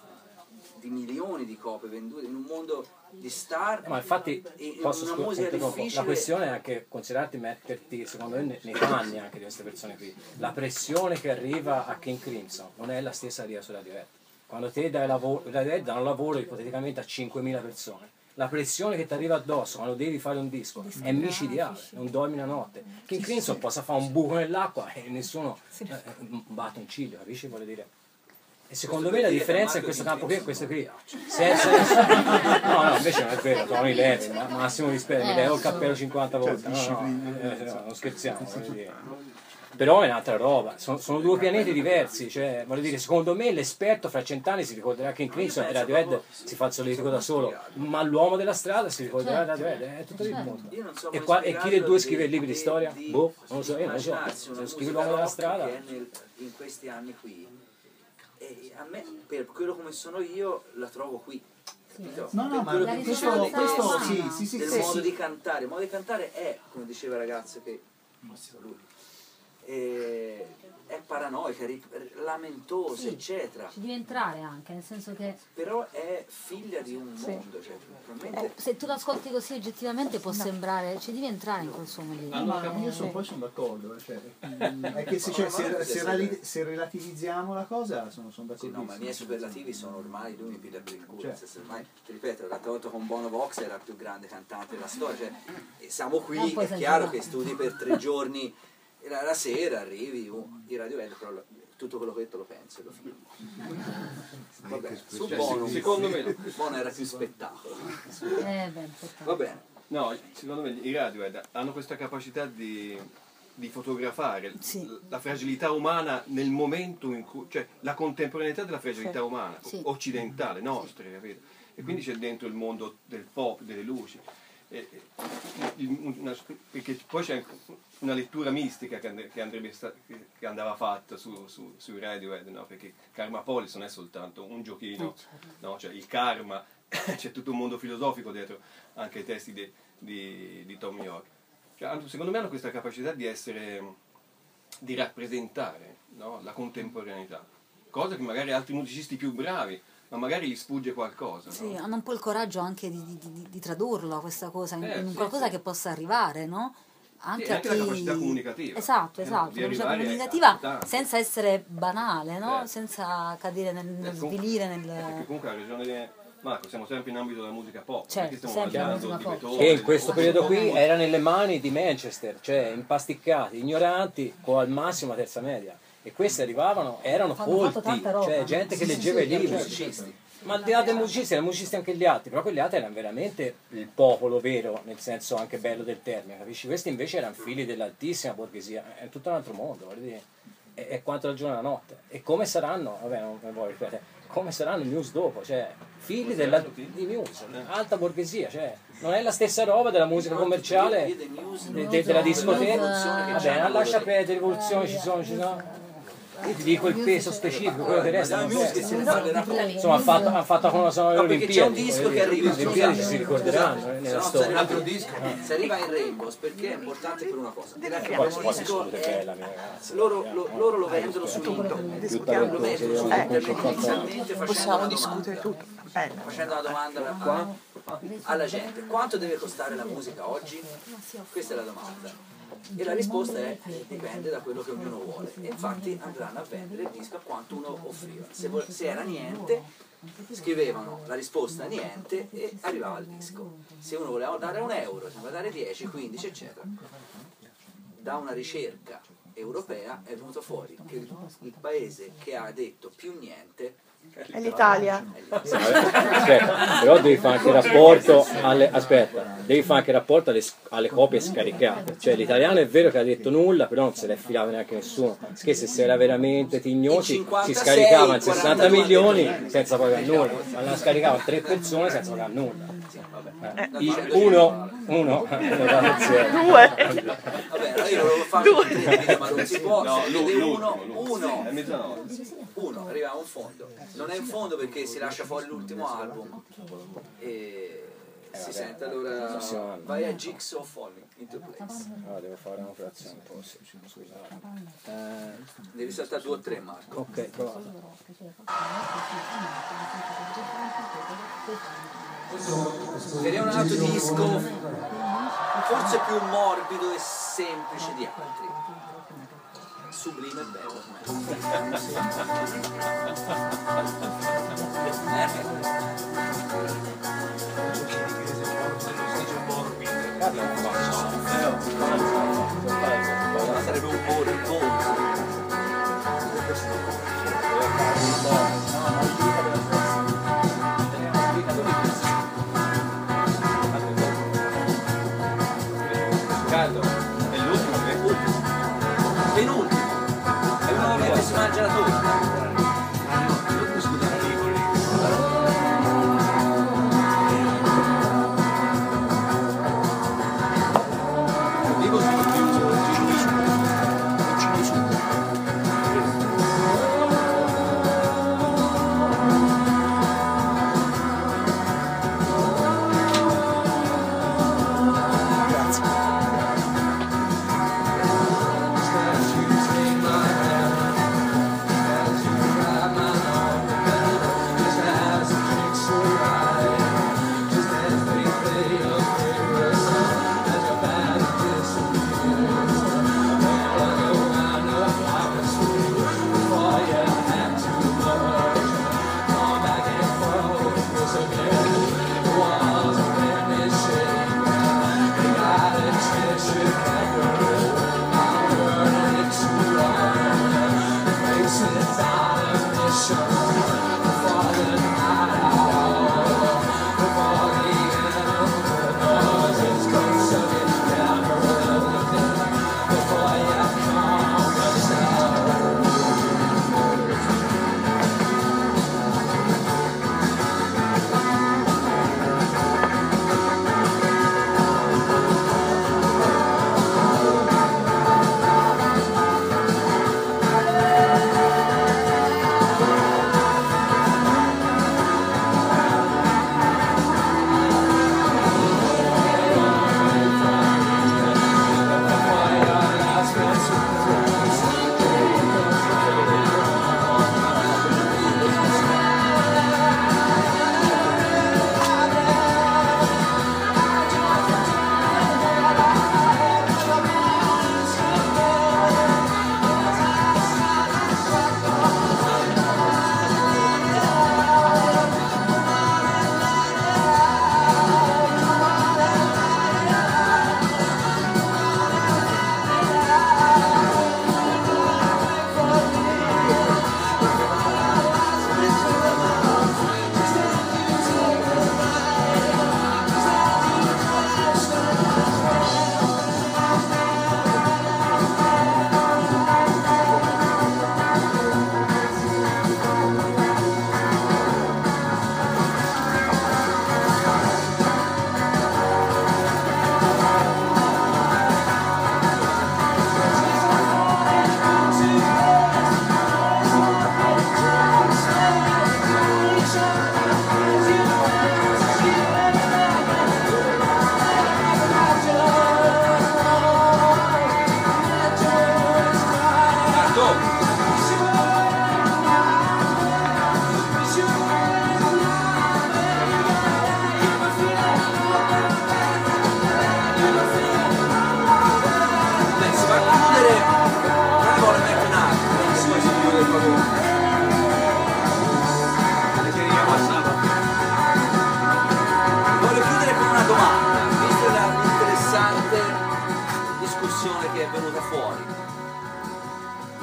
di milioni di copie vendute, in un mondo di star, Ma infatti in posso una scu- musica interrompo. difficile. La questione è anche considerarti metterti secondo me ne- nei panni anche di queste persone qui. La pressione che arriva a King Crimson non è la stessa arriva su Radiohead. Quando te dai lavoro, Radiohead danno lavoro ipoteticamente a cinquemila persone. La pressione che ti arriva addosso quando devi fare un disco è micidiale, non dormi la notte. King Crimson possa fare un buco nell'acqua e nessuno eh, batte un ciglio, capisci? Vuole dire. E secondo me la differenza in questo campo qui è questo qui. Senza no, no, invece non è vero, Tony Levi, ma massimo rispetto, mi levo il cappello cinquanta volte. No, no, eh, no, non scherziamo, voglio dire. però è un'altra roba, sono, sono due pianeti diversi, cioè, voglio dire, secondo me l'esperto fra cent'anni si ricorderà che in Crimson e Radiohead si fa il solletico da solo, ma l'uomo della strada si ricorderà Radiohead, è tutto il mondo. E, qua, e chi dei due scrive il libro di storia? Boh, non lo so, io non lo so, se scrive l'uomo della strada... In questi anni qui, e a me, per quello come sono io, la trovo qui. No, no, ma questo, questo sì, sì, sì, del sì, modo sì. di cantare. Il modo di cantare è, come diceva il ragazzo che lui, è, è paranoica, ri- lamentosa, Sì, eccetera. ci devi entrare anche, nel senso che Però è figlia di un Sì. mondo, cioè, probabilmente... se tu lo ascolti così oggettivamente può sembrare, ci devi entrare in quel suo mondo. No, ma io sono, poi sono d'accordo, cioè, mm, è che se, cioè, se, se, rali- se relativizziamo la cosa sono, sono Sì, d'accordo. no, ma i miei superlativi sono ormai, lui mi piglia per il culo, Cioè. nel senso, ormai, ti ripeto, la Toto con Bono Vox era il più grande cantante della storia, cioè, e siamo Non qui, puoi è chiaro esagerare. che studi per tre giorni, e la, la sera arrivi, uh, i Radiohead, però lo- tutto quello che ho detto lo penso e lo filmo. Vabbè, su Cioè, Bono, secondo me- Bono era più spettacolo. Eh, beh, Va bene. No, secondo me i Radiohead hanno questa capacità di, di fotografare la fragilità umana nel momento in cui, cioè la contemporaneità della fragilità Sì. umana, Sì. occidentale, nostra, capito? E quindi c'è dentro il mondo del pop, delle luci. E- e- il- una- perché poi c'è una lettura mistica che, and- che andrebbe sta- che- che andava fatta su, su, sui Radiohead, no? Perché Karma Police non è soltanto un giochino, no? Cioè il karma, c'è tutto un mondo filosofico dietro anche ai testi di, di, di Tom York. Cioè, hanno- secondo me hanno questa capacità di essere, di rappresentare, no? La contemporaneità, cosa che magari altri musicisti più bravi, ma magari gli sfugge qualcosa. No? sì, hanno un po' il coraggio anche di, di- di- di tradurlo questa cosa in, Eh, in sì, qualcosa sì. che possa arrivare, no? Anche, Sì, anche a la chi... capacità comunicativa. Esatto, Eh, esatto, di la capacità arrivare comunicativa a tanti. senza essere banale, no? Eh. Senza cadere nel, nel Eh, com- svilire, Perché nel... comunque ha ragione di Marco, siamo sempre in ambito della musica pop, Certo, non è che stiamo sempre la mangiando musica di pop. Beethoven, Che in di questo Mozart. periodo qui era nelle mani di Manchester, cioè impasticcati, ignoranti, con al massimo la terza media. E questi arrivavano, erano Hanno fatto colti, tanta roba. cioè gente che Sì, sì, leggeva sì, i libri. certo. Ma al di là dei musicisti, erano musicisti anche gli altri, però quegli altri erano veramente il popolo vero, nel senso anche bello del termine, capisci? Questi invece erano figli dell'altissima borghesia, è tutto un altro mondo, voglio dire. È, è quanto la giorno e la notte. E come saranno, vabbè non me voglio ripetere, come saranno i News dopo, cioè figli della, di News, alta borghesia, cioè non è la stessa roba della musica commerciale, de- de- della discoteca, vabbè, lascia perdere, rivoluzioni ci sono, ci sono. Io ti dico il peso specifico, quello che resta non resta. Insomma, ha fatto, ha fatto con una sonora No, perché c'è un Olimpiadi, disco che arriva, le Olimpiadi ci si ricorderanno eh, nella se no, storia. si arriva, si arriva in Rainbows perché è importante per una cosa. Il Poi primo si può disco discutere, è- bella mia ragazza. loro, lo, loro lo vendono su internet, lo vendono su internet inizialmente facendo Possiamo una discutere domanda, tutto. Bello. facendo una domanda a- alla gente: quanto deve costare la musica oggi? Questa è la domanda. E la risposta è: dipende da quello che ognuno vuole. E infatti andranno a vendere il disco a quanto uno offriva. Se, vo- se era niente, scrivevano la risposta niente e arrivava il disco. Se uno voleva dare un euro, se voleva dare dieci, quindici, eccetera. Da una ricerca europea è venuto fuori che il, il paese che ha detto più niente È l'Italia. Aspetta, però devi fare anche rapporto alle, aspetta, devi fare anche rapporto alle, alle copie scaricate. Cioè l'italiano è vero che ha detto nulla, però non se l'è filato neanche nessuno. Perché se si era veramente tignosi si scaricavano sessanta milioni senza pagare nulla, ma la scaricavano tre persone senza pagare nulla. Eh, i- uno, uno, Due. Vabbè, allora io volevo fare un video, ma non si può, No, se lu- vede lu- uno, lu- uno, È mezzanotte. uno, arriva a un fondo. Non è in fondo perché si lascia fuori l'ultimo album e si sente, allora vai a Jigsaw Falling into Place. No, devo fare un'operazione, forse, scusate. Eh, Devi saltare due o tre, Marco. ok, prova. Ed è un altro disco forse più morbido e semplice di altri. Sublime e bello. Ma sarebbe un po' riposo. Riccardo, è l'ultimo che Penultimo.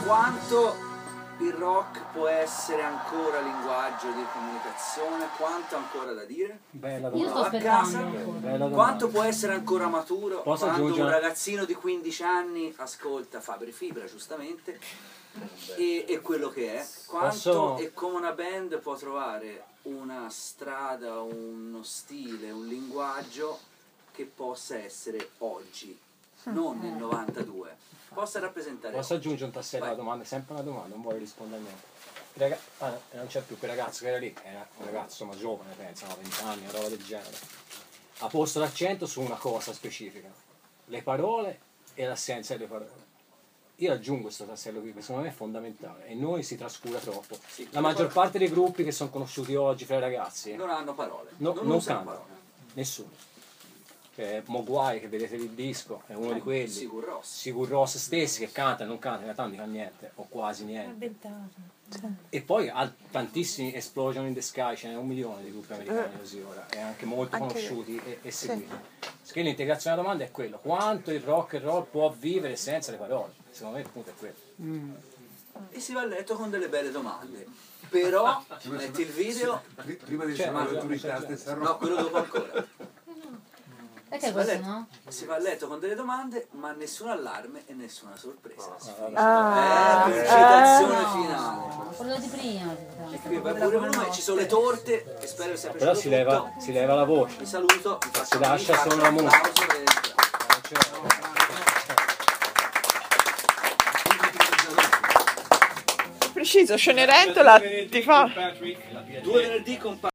quanto il rock può essere ancora linguaggio di comunicazione, quanto ancora da dire? Bella Io sto A casa? aspettando. Bella domanda. Quanto può essere ancora maturo Posso quando aggiungere- un ragazzino di quindici anni ascolta Fabri Fibra, giustamente, e, e quello che è? Quanto Posso- e come una band può trovare una strada, uno stile, un linguaggio che possa essere oggi, non nel novantadue, possa rappresentare Posso oggi. aggiungere un tassello alla domanda? È sempre una domanda, non voglio rispondere a niente. Il raga- ah, non c'è più quel ragazzo che era lì, era un ragazzo ma giovane, penso, no, venti anni, una roba del genere. Ha posto l'accento su una cosa specifica, le parole e l'assenza delle parole. Io aggiungo questo tassello qui, che secondo me è fondamentale, e noi si trascura troppo. Sì, La maggior parte dei gruppi che sono conosciuti oggi fra i ragazzi Non hanno parole, no- non, non usano cantano, parole. nessuno. Cioè, Mogwai, che vedete il disco, è uno di quelli. Sigur Rós. Sigur Rós stessi che cantano, non cantano, in realtà non dicono niente, o quasi niente. E poi ha tantissimi Explosion in the Sky, ce n'è un milione di gruppi americani così ora, e anche molto Anche- conosciuti e, e sì. seguiti. Quindi l'integrazione della domanda è quello, quanto il rock and roll può vivere senza le parole? Secondo me il punto è quello. E si va a letto con delle belle domande. Però metti il video, Pri- Prima di Cioè, chiamare ma- l'autorità, cioè, stessa no, roba. quello dopo ancora. Perché Si va, a questo letto, no? si va a letto con delle domande, ma nessun allarme e nessuna sorpresa. Si finisce. Ah, eh, citazione eh. finale. Quello di prima. E qui vai pure volume, ci sono le torte, e spero che sia Però piaciuto si leva, tutto. si leva la voce. Vi saluto, vi faccio Si lascia vi faccio solo la un musica. applauso e- Preciso, Cenerentola ti fa... Due venerdì con